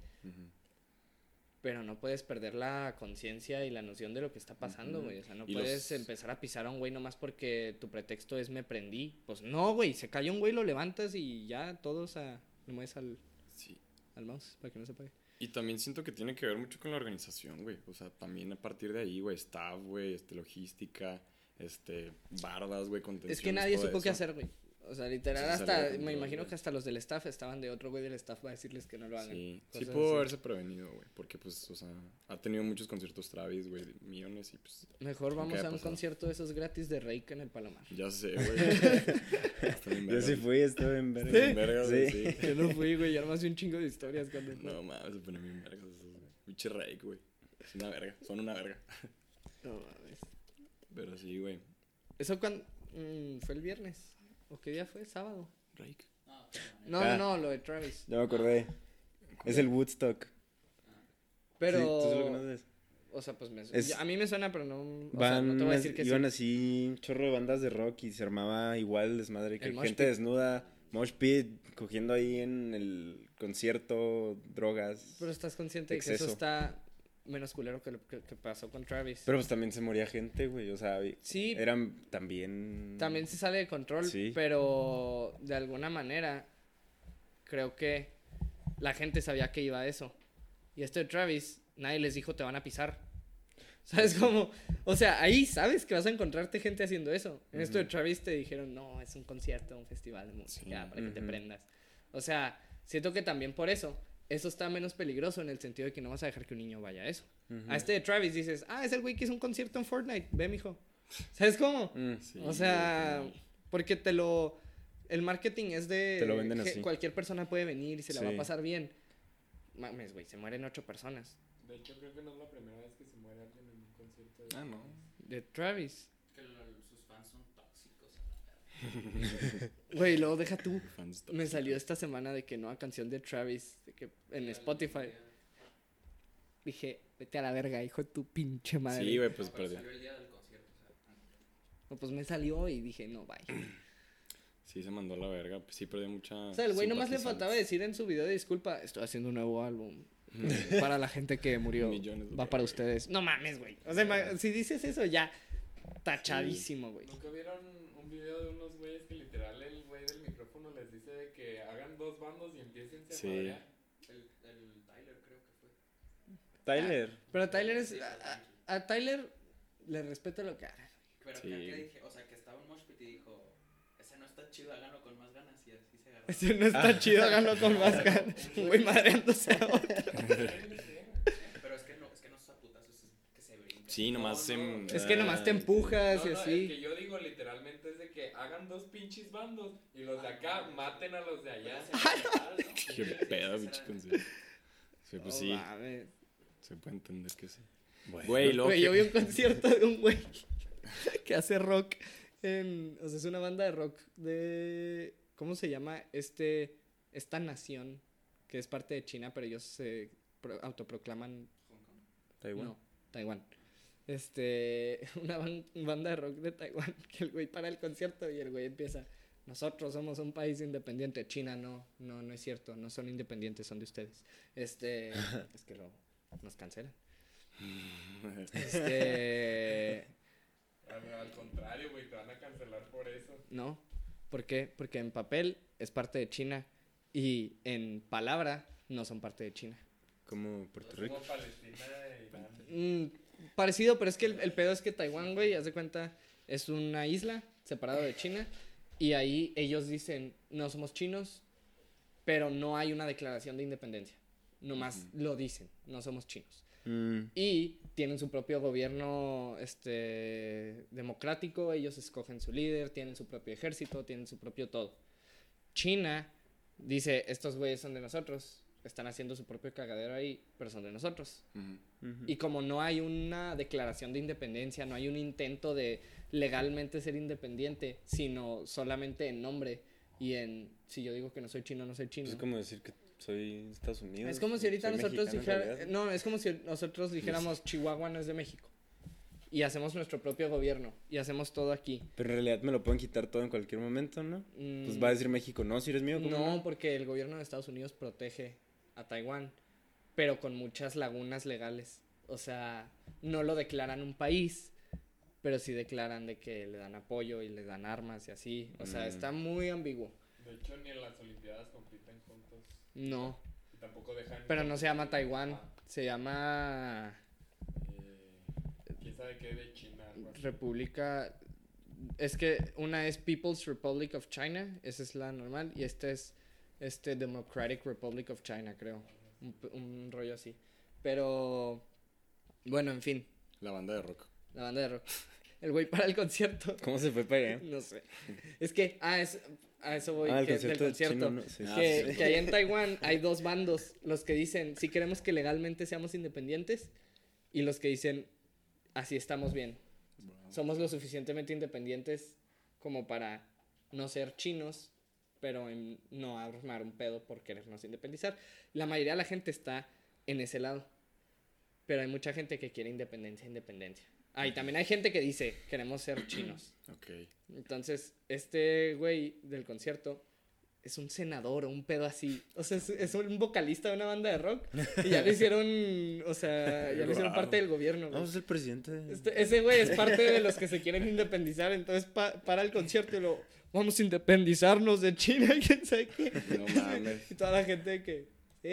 Speaker 1: Pero no puedes perder la conciencia y la noción de lo que está pasando, güey. O sea, no
Speaker 2: Y
Speaker 1: puedes
Speaker 2: los-
Speaker 1: empezar a pisar a un güey nomás porque tu pretexto es me prendí. Pues no, güey, se cayó un güey, lo levantas y ya todos le mueves
Speaker 2: Sí.
Speaker 1: al mouse para que no se apague.
Speaker 2: Y también siento que tiene que ver mucho con la organización, güey. O sea, también a partir de ahí, güey, staff, güey, logística, bardas, güey,
Speaker 1: Es
Speaker 2: contenciones,
Speaker 1: que nadie
Speaker 2: todo
Speaker 1: supo qué
Speaker 2: eso.
Speaker 1: hacer, güey. O sea, literal,
Speaker 2: Sí, se salió de
Speaker 1: hasta,
Speaker 2: control,
Speaker 1: me imagino
Speaker 2: güey.
Speaker 1: que hasta los del staff estaban de otro güey del staff va a decirles que no lo hagan.
Speaker 2: Sí, sí
Speaker 1: Cosas
Speaker 2: pudo
Speaker 1: así.
Speaker 2: haberse prevenido, güey. Porque, pues, o sea, ha tenido muchos conciertos Travis, güey, millones y, pues,
Speaker 1: Mejor
Speaker 2: Nunca
Speaker 1: vamos
Speaker 2: había
Speaker 1: a un
Speaker 2: pasado.
Speaker 1: concierto de esos gratis de Reik en el Palomar.
Speaker 2: ya sé, güey. Está bien
Speaker 4: Yo
Speaker 2: verga,
Speaker 4: sí
Speaker 2: güey.
Speaker 4: fui, estuve en verga.
Speaker 2: Bien verga, güey,
Speaker 4: Sí.
Speaker 2: sí.
Speaker 1: Yo no fui, güey, ya nomás vi un chingo de historias cuando fui.
Speaker 2: No mames, se ponen bien vergas esos, güey. Pinche Rake, güey. Es una verga, son una verga.
Speaker 1: No mames.
Speaker 2: Pero sí, güey.
Speaker 1: ¿Eso cuando fue el viernes? ¿O qué día fue? ¿Sábado?
Speaker 2: Rake.
Speaker 1: No,
Speaker 4: Ah.
Speaker 1: no, lo de Travis.
Speaker 4: Ya me acordé. Es el Woodstock.
Speaker 1: Pero,
Speaker 4: Sí, ¿tú sí lo conoces?
Speaker 1: o sea, pues
Speaker 4: Es-
Speaker 1: a mí me suena, pero no, o sea,
Speaker 4: Van,
Speaker 1: no te voy a decir que
Speaker 4: iban
Speaker 1: sí.
Speaker 4: así un chorro de bandas de rock y se armaba igual el desmadre que
Speaker 1: El mosh
Speaker 4: gente
Speaker 1: pit.
Speaker 4: desnuda, mosh pit, cogiendo ahí en el concierto, drogas.
Speaker 1: Pero estás consciente de que eso
Speaker 4: exceso.
Speaker 1: está menos culero que lo que pasó con Travis.
Speaker 4: Pero pues también se moría gente, güey, o sea,
Speaker 1: Sí.
Speaker 4: eran también...
Speaker 1: También se sale de control,
Speaker 4: Sí.
Speaker 1: pero de alguna manera creo que la gente sabía que iba a eso. Y esto de Travis, nadie les dijo te van a pisar. ¿Sabes cómo? O sea, ahí sabes que vas a encontrarte gente haciendo eso. En esto de Travis te dijeron, no, es un concierto, un festival de música,
Speaker 2: Sí.
Speaker 1: para que te
Speaker 4: Ujú.
Speaker 1: prendas. O sea, siento que también por eso está menos peligroso en el sentido de que no vas a dejar que un niño vaya a eso.
Speaker 4: Ujú.
Speaker 1: A este de Travis dices, es el güey que hizo un concierto en Fortnite, ve, mijo. ¿Sabes cómo?
Speaker 4: Mm.
Speaker 2: Sí,
Speaker 1: O sea,
Speaker 2: güey,
Speaker 1: porque el marketing es de...
Speaker 4: Te lo venden
Speaker 1: que
Speaker 4: así.
Speaker 1: cualquier persona puede venir y se la va a
Speaker 4: Sí.
Speaker 1: pasar bien. Mames, güey, se mueren 8 personas.
Speaker 5: De hecho, creo que no es la primera vez que se muere alguien en un concierto. De...
Speaker 2: Ah, no.
Speaker 1: De Travis.
Speaker 6: Que sus fans son tóxicos.
Speaker 1: Güey, luego deja tú.
Speaker 2: Fans
Speaker 1: Me salió esta semana de que nueva canción de Travis de que en Spotify. Dije, vete a la verga, hijo de tu pinche madre.
Speaker 2: Sí, güey, pues
Speaker 6: Pero
Speaker 2: perdió.
Speaker 6: salió el día del concierto, o sea,
Speaker 1: No, pues me salió y dije, no, bye.
Speaker 2: Sí, se mandó a la verga. Pues sí, perdió mucha.
Speaker 1: O sea, el güey nomás le
Speaker 2: simpatizantes.
Speaker 1: faltaba decir en su video de disculpa, estoy haciendo un nuevo álbum. Para la gente que murió.
Speaker 2: Millones de
Speaker 1: Va para
Speaker 2: dólares.
Speaker 1: ustedes. No mames, güey. O sea, si dices eso ya, tachadísimo, güey.
Speaker 5: ¿Nunca vieron un video de unos güeyes que literal el güey del micrófono les dice de que hagan dos bandos y empiecen a
Speaker 2: Sí.
Speaker 5: madrear?
Speaker 6: el Tyler creo que fue.
Speaker 4: Tyler.
Speaker 1: Pero Tyler es...
Speaker 6: Sí,
Speaker 1: A Tyler le respeto lo que haga.
Speaker 6: Pero
Speaker 2: Sí.
Speaker 6: que dije, o sea, que estaba un mosh pit y dijo, ese no está chido, háganlo con más ganas y así se agarró.
Speaker 1: Ese no está chido, háganlo con más ganas. Un güey madreándose a otro.
Speaker 6: Pero es que no es a putazos, es que se brinca.
Speaker 2: Sí, nomás
Speaker 5: No,
Speaker 2: se.
Speaker 1: Es que nomás te empujas
Speaker 5: No,
Speaker 1: y
Speaker 5: no,
Speaker 1: así.
Speaker 5: el que yo digo literalmente es de que hagan dos pinches bandos y los de acá maten a los de allá.
Speaker 2: Qué pedo, pinche concierto. Sí, pues
Speaker 1: No
Speaker 2: sí,
Speaker 1: mames.
Speaker 2: se puede entender que sí.
Speaker 4: Bueno.
Speaker 2: Güey, luego.
Speaker 1: Güey,
Speaker 2: que-
Speaker 1: yo vi un concierto de un güey que hace rock o sea, es una banda de rock de... ¿Cómo se llama? Esta nación que es parte de China, pero ellos se autoproclaman...
Speaker 4: Taiwán.
Speaker 1: No, Taiwán. Una banda de rock de Taiwán que el güey para el concierto y el güey empieza... Nosotros somos un país independiente. China no es cierto. No son independientes, son de ustedes. Es que nos cancelan.
Speaker 5: Al contrario, güey, te van a cancelar por eso.
Speaker 1: No. ¿Por qué? Porque en papel es parte de China y en palabra no son parte de China.
Speaker 4: Como Puerto Rico.
Speaker 5: Como Palestina e Irán.
Speaker 1: Parecido, pero es que el pedo es que Taiwán, güey, haz de cuenta, es una isla separada de China y ahí ellos dicen, no somos chinos, pero no hay una declaración de independencia. Nomás lo dicen, no somos chinos. Y tienen su propio gobierno democrático, ellos escogen su líder, tienen su propio ejército, tienen su propio todo. China dice, estos güeyes son de nosotros, están haciendo su propio cagadero ahí, pero son de nosotros. Y como no hay una declaración de independencia, no hay un intento de legalmente ser independiente, sino solamente en nombre y en, si yo digo que no soy chino, no soy chino.
Speaker 4: Es como decir que soy Estados Unidos.
Speaker 1: Es como si ahorita
Speaker 4: soy
Speaker 1: nosotros
Speaker 4: mexicano en realidad.
Speaker 1: no, es como si nosotros dijéramos Chihuahua no es de México. Y hacemos nuestro propio gobierno y hacemos todo aquí.
Speaker 4: Pero en realidad me lo pueden quitar todo en cualquier momento, ¿no? Pues va a decir México, no, si eres mío, ¿cómo
Speaker 1: No, porque el gobierno de Estados Unidos protege a Taiwán, pero con muchas lagunas legales. O sea, no lo declaran un país, pero sí declaran de que le dan apoyo y le dan armas y así. O sea, está muy ambiguo.
Speaker 5: De hecho, ni en las Olimpiadas compiten juntos.
Speaker 1: No,
Speaker 5: Y tampoco dejan.
Speaker 1: pero no se llama Taiwán, se llama
Speaker 5: ¿Quién sabe qué de China? Algo así.
Speaker 1: República. Es que una es People's Republic of China, esa es la normal, y esta es Democratic Republic of China, creo. Un rollo así. Pero bueno, en fin,
Speaker 2: La banda de rock.
Speaker 1: la banda de rock. El güey para el concierto.
Speaker 4: ¿Cómo se fue para allá?
Speaker 1: No sé. Es que, a eso voy,
Speaker 4: El
Speaker 1: que
Speaker 4: concierto
Speaker 1: del concierto.
Speaker 4: chino, ¿no? Sí,
Speaker 1: Que allá en Taiwán hay dos bandos, los que dicen, si queremos que legalmente seamos independientes, y los que dicen, así estamos bien. Somos lo suficientemente independientes como para no ser chinos, pero no armar un pedo por querernos independizar. La mayoría de la gente está en ese lado, pero hay mucha gente que quiere independencia. Y también hay gente que dice, queremos ser chinos.
Speaker 2: Ok.
Speaker 1: Entonces, este güey del concierto es un senador o un pedo así. O sea, es un vocalista de una banda de rock. Y ya lo hicieron, o sea, ya lo hicieron parte del gobierno, güey.
Speaker 4: Vamos a ser presidente.
Speaker 1: Ese güey es parte de los que se quieren independizar. Entonces, para el concierto y lo vamos a independizarnos de China. ¿Quién sabe qué?
Speaker 2: No mames.
Speaker 1: Y toda la gente de que...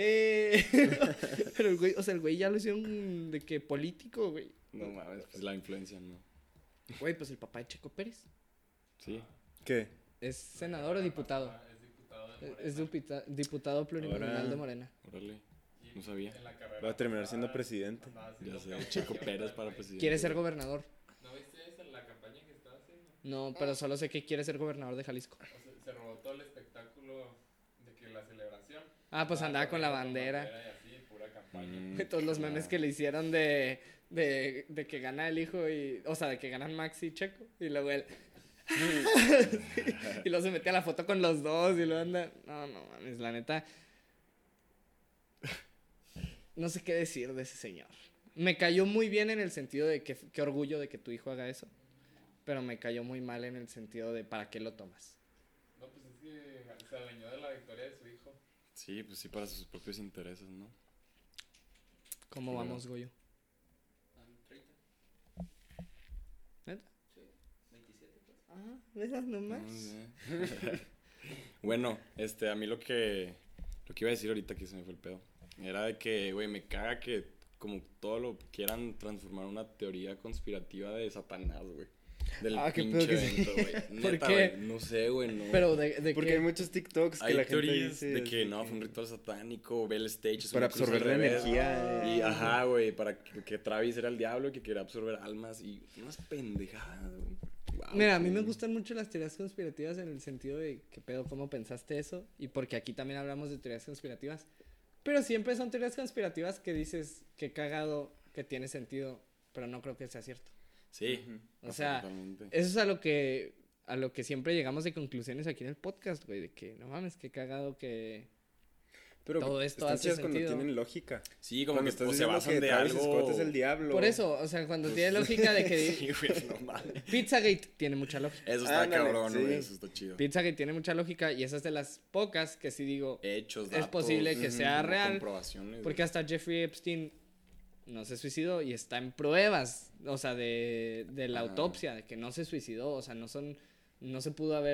Speaker 1: Pero el güey, o sea, el güey ya lo hicieron de que político, güey.
Speaker 2: No mames, pues la influencia, ¿no?
Speaker 1: Güey, pues el papá de Checo Pérez.
Speaker 2: Sí.
Speaker 4: ¿Qué?
Speaker 1: ¿Es senador o diputado?
Speaker 5: Es diputado de Morena.
Speaker 1: Es diputado plurinominal
Speaker 4: Ahora-
Speaker 1: de Morena.
Speaker 2: Órale.
Speaker 5: Y
Speaker 2: No sabía.
Speaker 5: en la carrera
Speaker 4: Va a terminar siendo
Speaker 5: pasada
Speaker 4: presidente.
Speaker 5: andaba
Speaker 2: Ya
Speaker 5: haciendo
Speaker 2: sé.
Speaker 5: campaña
Speaker 2: Checo
Speaker 5: para
Speaker 2: Pérez
Speaker 5: el
Speaker 2: para
Speaker 5: güey.
Speaker 2: presidente.
Speaker 1: Quiere ser gobernador.
Speaker 5: ¿No viste esa la campaña que estaba haciendo?
Speaker 1: No, pero solo sé que quiere ser gobernador de Jalisco.
Speaker 5: O sea, se robó todo el espectáculo de que la celebración.
Speaker 1: Ah, pues andaba con la bandera.
Speaker 5: Y así, pura campaña.
Speaker 1: Todos los memes que le hicieron de que gana el hijo y... O sea, de que ganan Max y Checo. Y luego él... y luego se mete a la foto con los dos y luego anda... No mames, la neta... No sé qué decir de ese señor. Me cayó muy bien en el sentido de que qué orgullo de que tu hijo haga eso. Pero me cayó muy mal en el sentido de para qué lo tomas.
Speaker 5: No, pues es que se adueñó de la victoria de su hijo.
Speaker 2: Sí, pues sí, para sus propios intereses, ¿no?
Speaker 1: ¿Cómo
Speaker 2: Claro.
Speaker 1: vamos, Goyo?
Speaker 6: 30.
Speaker 1: ¿Neta?
Speaker 6: Sí. 27, pues.
Speaker 1: Ah, ¿ves nomás?
Speaker 2: No sé. Bueno, a mí lo que iba a decir ahorita que se me fue el pedo, era de que, güey, me caga que como todo lo quieran transformar en una teoría conspirativa de Satanás, güey. Del
Speaker 1: Ah, qué
Speaker 2: pinche
Speaker 1: pedo que sí.
Speaker 2: evento, güey.
Speaker 1: ¿Por
Speaker 2: Neta,
Speaker 1: qué?
Speaker 2: güey, no sé, güey, no.
Speaker 1: Pero de
Speaker 4: Porque
Speaker 1: qué?
Speaker 4: hay muchos TikToks que
Speaker 2: Hay
Speaker 4: la gente
Speaker 2: teorías
Speaker 4: dice
Speaker 2: de que
Speaker 4: así
Speaker 2: no, fue un ritual satánico, ve el stage, es
Speaker 4: para
Speaker 2: una cruz
Speaker 4: absorber
Speaker 2: al
Speaker 4: la
Speaker 2: revés.
Speaker 4: energía.
Speaker 2: Y ajá, güey, para que Travis era el diablo que quería absorber almas y unas pendejadas, güey. Wow,
Speaker 1: Mira, a mí
Speaker 2: sí.
Speaker 1: me gustan mucho las teorías conspirativas en el sentido de qué pedo, cómo pensaste eso, y porque aquí también hablamos de teorías conspirativas, pero siempre son teorías conspirativas que dices que cagado, que tiene sentido, pero no creo que sea cierto.
Speaker 2: Sí.
Speaker 1: O sea,
Speaker 2: totalmente.
Speaker 1: eso es a lo que siempre llegamos de conclusiones aquí en el podcast, güey, de que no mames, qué cagado que
Speaker 4: Pero
Speaker 1: todo esto
Speaker 4: están
Speaker 1: hace
Speaker 4: chidas cuando
Speaker 1: sentido.
Speaker 4: tienen lógica.
Speaker 2: Sí, como
Speaker 4: Cuando
Speaker 2: que
Speaker 4: estás
Speaker 2: o se
Speaker 4: diciendo
Speaker 2: basan
Speaker 4: que
Speaker 2: de
Speaker 4: Travis
Speaker 2: algo.
Speaker 4: Scott es el diablo.
Speaker 1: Por eso, o sea, cuando tiene lógica de que
Speaker 2: Sí, güey, no mames.
Speaker 1: Pizzagate tiene mucha lógica.
Speaker 2: Eso está
Speaker 4: Ándale,
Speaker 2: cabrón, güey,
Speaker 4: sí.
Speaker 2: eso está chido.
Speaker 1: Pizzagate tiene mucha lógica y esa es de las pocas que sí digo,
Speaker 2: Hechos,
Speaker 1: es
Speaker 2: datos,
Speaker 1: posible que sea
Speaker 2: como
Speaker 1: real,
Speaker 2: comprobaciones,
Speaker 1: porque hasta Jeffrey Epstein no se suicidó y está en pruebas, o sea, de la
Speaker 2: Ajá.
Speaker 1: autopsia, de que no se suicidó, o sea, no se pudo haber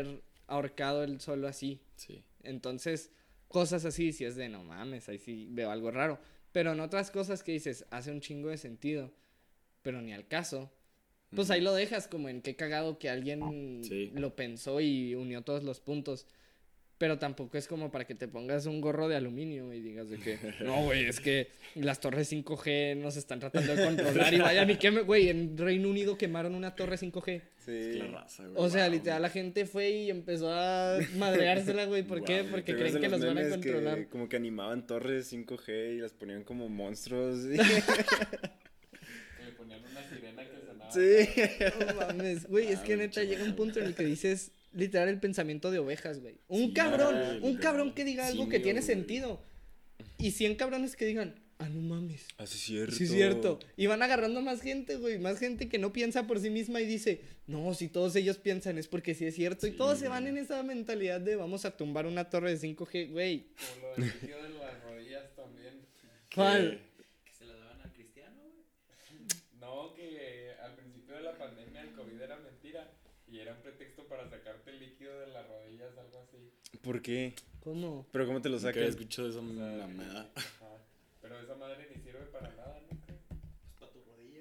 Speaker 1: ahorcado él solo así.
Speaker 2: Sí.
Speaker 1: Entonces, cosas así, si es de no mames, ahí sí veo algo raro. Pero en otras cosas que dices, hace un chingo de sentido, pero ni al caso. Pues ahí lo dejas, como en qué cagado que alguien lo pensó y unió todos los puntos. Pero tampoco es como para que te pongas un gorro de aluminio y digas de que, no, güey, es que las torres 5G nos están tratando de controlar y vayan y quemen, güey, en Reino Unido quemaron una torre 5G.
Speaker 4: Sí.
Speaker 2: Es la raza, güey.
Speaker 1: O sea, literal, la gente fue y empezó a madreársela, güey. ¿Por qué? Porque creen que los van a controlar.
Speaker 4: Que como que animaban torres 5G y las ponían como monstruos.
Speaker 5: Que le ponían una sirena que sonaba.
Speaker 4: Sí.
Speaker 1: No mames, güey, es que neta llega un punto en el que dices literal el pensamiento de ovejas, güey. Un cabrón que diga algo que tiene sentido. Y 100 cabrones que digan, no mames.
Speaker 4: Sí, es cierto.
Speaker 1: Sí, es cierto. Y van agarrando más gente, güey. Más gente que no piensa por sí misma y dice, no, si todos ellos piensan es porque sí es cierto. Y todos se van en esa mentalidad de vamos a tumbar una torre de 5G, güey.
Speaker 5: Como lo del líquido de las rodillas también.
Speaker 1: ¿Cuál?
Speaker 6: Que se la daban al cristiano, güey.
Speaker 5: No, que al principio de la pandemia el COVID era mentira. Y era un pretexto para sacarte el líquido de las rodillas, algo así.
Speaker 4: ¿Por qué?
Speaker 1: ¿Cómo?
Speaker 4: ¿Pero cómo te lo
Speaker 2: Nunca
Speaker 4: sacas?
Speaker 2: he escuchado esa mamada.
Speaker 5: Pero esa madre ni sirve para nada, ¿no?
Speaker 6: Pues para tu rodilla.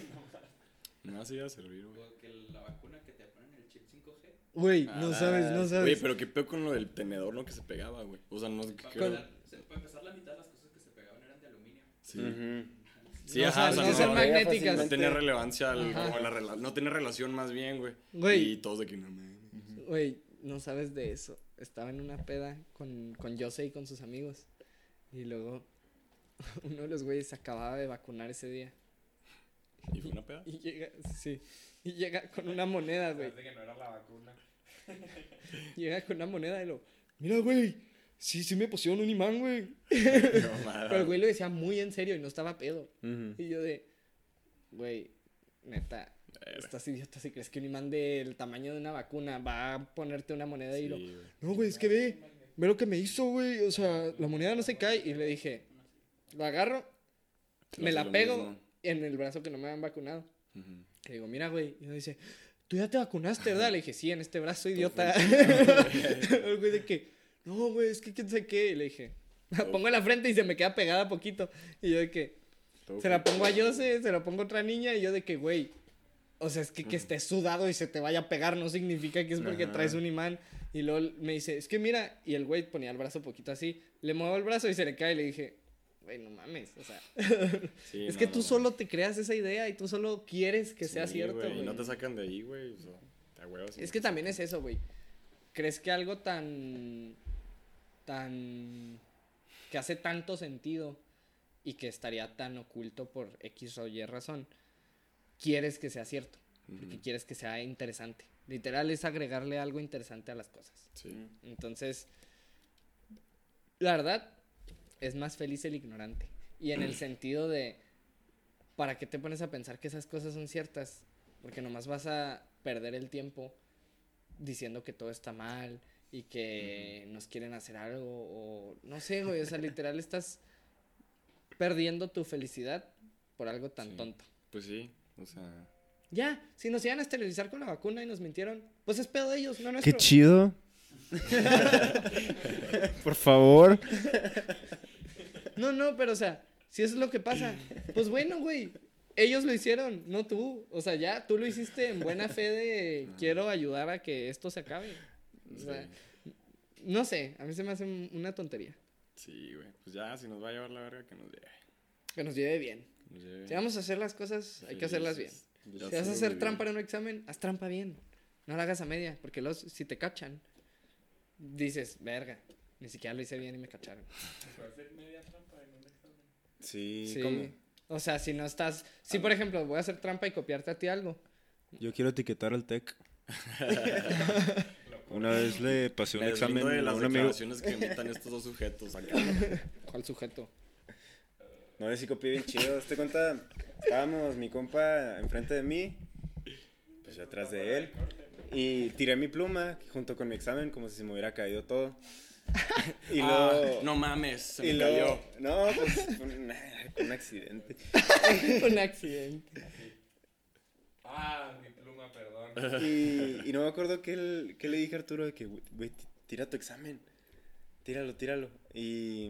Speaker 2: No, sí iba a servir, güey.
Speaker 6: O que la vacuna que te ponen el chip 5G.
Speaker 1: Güey, no sabes.
Speaker 2: Güey, pero qué peor con lo del tenedor, ¿no? Que se pegaba, güey. O sea, no sé qué.
Speaker 6: Para empezar, la mitad de las cosas que se pegaban eran de aluminio.
Speaker 2: Sí.
Speaker 4: Ujú.
Speaker 2: Sí,
Speaker 1: No,
Speaker 2: ajá,
Speaker 1: o sea,
Speaker 2: o
Speaker 1: no
Speaker 2: sea,
Speaker 1: son magnéticas.
Speaker 2: No tenía relevancia,
Speaker 1: Ajá.
Speaker 2: como no tenía relación más bien, güey.
Speaker 1: Güey.
Speaker 2: Y todos de que no mames.
Speaker 1: Güey, no sabes de eso. Estaba en una peda con Jose y con sus amigos. Y luego uno de los güeyes se acababa de vacunar ese día.
Speaker 2: ¿Y fue una peda?
Speaker 1: Y llega con una moneda, güey.
Speaker 5: Parece que no era la vacuna.
Speaker 1: Llega con una moneda y mira, güey, sí me pusieron un imán, güey. Pero el güey lo decía muy en serio y no estaba pedo.
Speaker 4: Ujú.
Speaker 1: Y yo güey, neta, estás idiota si crees que un imán del tamaño de una vacuna va a ponerte una moneda y
Speaker 2: Sí, güey.
Speaker 1: no, güey, es que ve lo que me hizo, güey, o sea, la moneda no se cae. Y le dije, lo agarro, me la pego en el brazo que no me habían vacunado. Le digo, mira, güey, y me dice, ¿tú ya te vacunaste, verdad? Le dije, sí, en este brazo, idiota. El güey de que, no, güey, es que quién sabe qué. Y le dije, la pongo en la frente y se me queda pegada poquito. Y yo de que, se la pongo a Jose, se la pongo a otra niña. Y yo de que, güey, o sea, es que estés sudado y se te vaya a pegar no significa que es porque traes un imán. Y luego me dice, es que mira, y el güey ponía el brazo poquito así. Le muevo el brazo y se le cae. Y le dije, güey, no mames, o sea,
Speaker 2: Sí,
Speaker 1: es que tú solo te creas esa idea y tú solo quieres que sea cierto,
Speaker 2: güey.
Speaker 1: güey.
Speaker 2: Y no te sacan de ahí, güey. O sea, te huevos.
Speaker 1: Es que también es eso, güey. ¿Crees que algo que hace tanto sentido y que estaría tan oculto por X o Y razón, quieres que sea cierto? Porque quieres que sea interesante. Literal es agregarle algo interesante a las cosas.
Speaker 2: Sí.
Speaker 1: Entonces, la verdad, es más feliz el ignorante. Y en el sentido de, ¿para qué te pones a pensar que esas cosas son ciertas? Porque nomás vas a perder el tiempo diciendo que todo está mal y que nos quieren hacer algo o no sé, güey, o sea, literal estás perdiendo tu felicidad por algo tan tonto.
Speaker 2: Pues sí, o sea...
Speaker 1: Ya, si nos iban a esterilizar con la vacuna y nos mintieron, pues es pedo de ellos, no nuestro.
Speaker 4: ¡Qué chido! Por favor.
Speaker 1: No, pero o sea, si eso es lo que pasa, pues bueno, güey, ellos lo hicieron, no tú. O sea, ya, tú lo hiciste en buena fe de quiero ayudar a que esto se acabe. O sea, no sé, a mí se me hace una tontería.
Speaker 2: Sí, güey. Pues ya, si nos va a llevar la verga, que nos lleve.
Speaker 1: Que nos lleve bien. Si vamos a hacer las cosas, hay que hacerlas bien. Si vas a hacer trampa en un examen, haz trampa bien. No la hagas a media, porque si te cachan, dices, verga, ni siquiera lo hice bien y me cacharon.
Speaker 5: ¿Puedo hacer media trampa en un examen?
Speaker 4: Sí, ¿cómo?
Speaker 1: O sea, si no estás... Si, por ejemplo, voy a hacer trampa y copiarte a ti algo.
Speaker 4: Yo quiero etiquetar al TEC. Una vez le pasé un
Speaker 2: Me
Speaker 4: examen
Speaker 2: deslindo de
Speaker 4: a
Speaker 2: las
Speaker 4: un amigo.
Speaker 2: declaraciones que emitan estos dos sujetos acá.
Speaker 1: ¿Cuál sujeto?
Speaker 4: No, yo sí copié bien chido. ¿Te cuenta? Estábamos mi compa enfrente de mí, pues yo atrás de él, y tiré mi pluma junto con mi examen como si se me hubiera caído todo. Y luego...
Speaker 2: No mames, se
Speaker 4: y
Speaker 2: me
Speaker 4: luego,
Speaker 2: cayó.
Speaker 4: no, pues fue un accidente.
Speaker 1: Un accidente.
Speaker 5: Mi pluma última, perdón.
Speaker 4: Y no me acuerdo qué le dije a Arturo de que, güey, tira tu examen. Tíralo. Y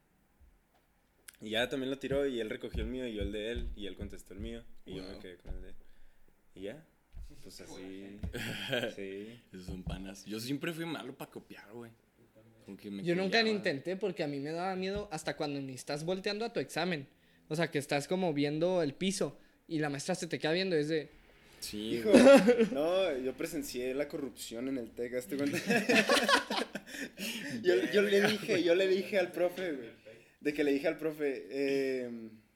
Speaker 4: ya también lo tiró y él recogió el mío y yo el de él. Y él contestó el mío y yo me quedé con el de él. Y ya, pues así. Sí.
Speaker 2: Esos son panas. Yo siempre fui malo para copiar, güey.
Speaker 1: Yo nunca lo intenté porque a mí me daba miedo hasta cuando ni estás volteando a tu examen. O sea, que estás como viendo el piso y la maestra se te queda viendo. Es de...
Speaker 2: Sí.
Speaker 4: Hijo, no, yo presencié la corrupción en el TEC, ¿hazte cuenta? yo le dije al profe, güey, de que le dije al profe,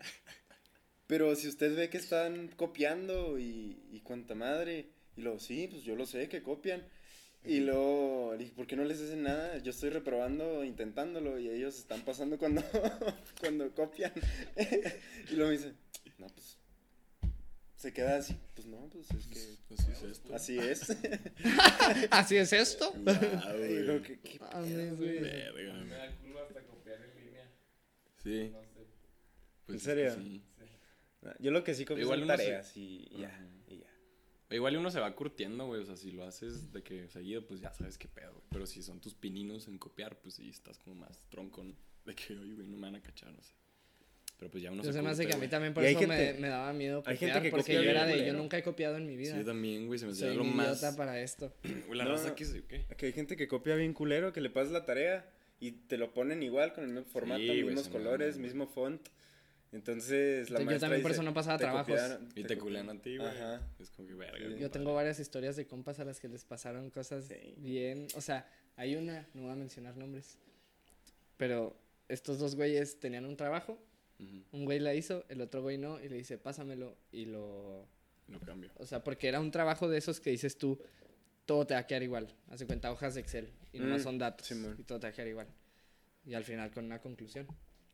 Speaker 4: pero si usted ve que están copiando y cuanta madre, y luego, sí, pues yo lo sé que copian, y luego le dije, ¿por qué no les hacen nada? Yo estoy reprobando, intentándolo, y ellos están pasando cuando copian, y luego me dice, no, pues... Se queda así, pues no, pues es que...
Speaker 2: Así es esto.
Speaker 4: Así es.
Speaker 1: ¿Así es esto?
Speaker 2: Wow,
Speaker 4: Y
Speaker 2: güey.
Speaker 4: luego, ¿qué pedo, güey?
Speaker 2: Verga.
Speaker 5: Me da culo hasta copiar en línea.
Speaker 2: Sí.
Speaker 5: No sé.
Speaker 2: Pues
Speaker 4: ¿En serio?
Speaker 2: es que sí.
Speaker 4: Yo lo que sí copio
Speaker 2: Igual
Speaker 4: son
Speaker 2: uno
Speaker 4: tareas y ya,
Speaker 2: Ajá.
Speaker 4: y ya.
Speaker 2: Igual uno se va curtiendo, güey. O sea, si lo haces de que seguido, pues ya sabes qué pedo, güey. Pero si son tus pininos en copiar, pues sí estás como más tronco, ¿no? De que, oye, güey, no me van a cachar, no sé. Pero pues ya uno
Speaker 1: Yo se me hace
Speaker 2: curte,
Speaker 1: que a mí
Speaker 2: güey.
Speaker 1: también por
Speaker 4: Y hay
Speaker 1: eso
Speaker 4: gente-
Speaker 1: me daba miedo
Speaker 4: hay
Speaker 1: copiar,
Speaker 4: gente que
Speaker 1: porque
Speaker 4: copia
Speaker 1: yo
Speaker 4: bien
Speaker 1: era de, yo
Speaker 4: culero.
Speaker 1: nunca he copiado en mi vida.
Speaker 2: Sí, yo también, güey. Se me hacía
Speaker 1: Soy
Speaker 2: lo
Speaker 1: un
Speaker 2: más...
Speaker 1: idiota para esto.
Speaker 2: Güey, la
Speaker 4: No.
Speaker 2: raza que se... ¿Qué?
Speaker 4: Que hay gente que copia bien culero, que le pasas la tarea y te lo ponen igual, con el mismo formato,
Speaker 2: Sí, güey,
Speaker 4: mismos
Speaker 2: se
Speaker 4: colores,
Speaker 2: maman, güey.
Speaker 4: mismo font. Entonces la
Speaker 1: Yo
Speaker 4: maestra
Speaker 1: también por
Speaker 4: dice,
Speaker 1: eso no pasaba
Speaker 4: "Te
Speaker 1: trabajos".
Speaker 4: copiaron,
Speaker 2: Y te culean a ti, güey.
Speaker 4: Ajá.
Speaker 2: Es como que verga.
Speaker 4: Sí.
Speaker 2: güey,
Speaker 1: Yo tengo
Speaker 2: padre.
Speaker 1: varias historias de compas a las que les pasaron cosas
Speaker 4: Sí.
Speaker 1: bien. O sea, hay una, no voy a mencionar nombres, pero estos dos güeyes tenían un trabajo.
Speaker 2: Ujú.
Speaker 1: Un güey la hizo, el otro güey no, y le dice, pásamelo, y lo...
Speaker 2: No cambio.
Speaker 1: O sea, porque era un trabajo de esos que dices tú, todo te va a quedar igual. Hace cuenta, hojas de Excel, y nomás son datos,
Speaker 4: Simón.
Speaker 1: y todo te va a quedar igual. Y al final con una conclusión.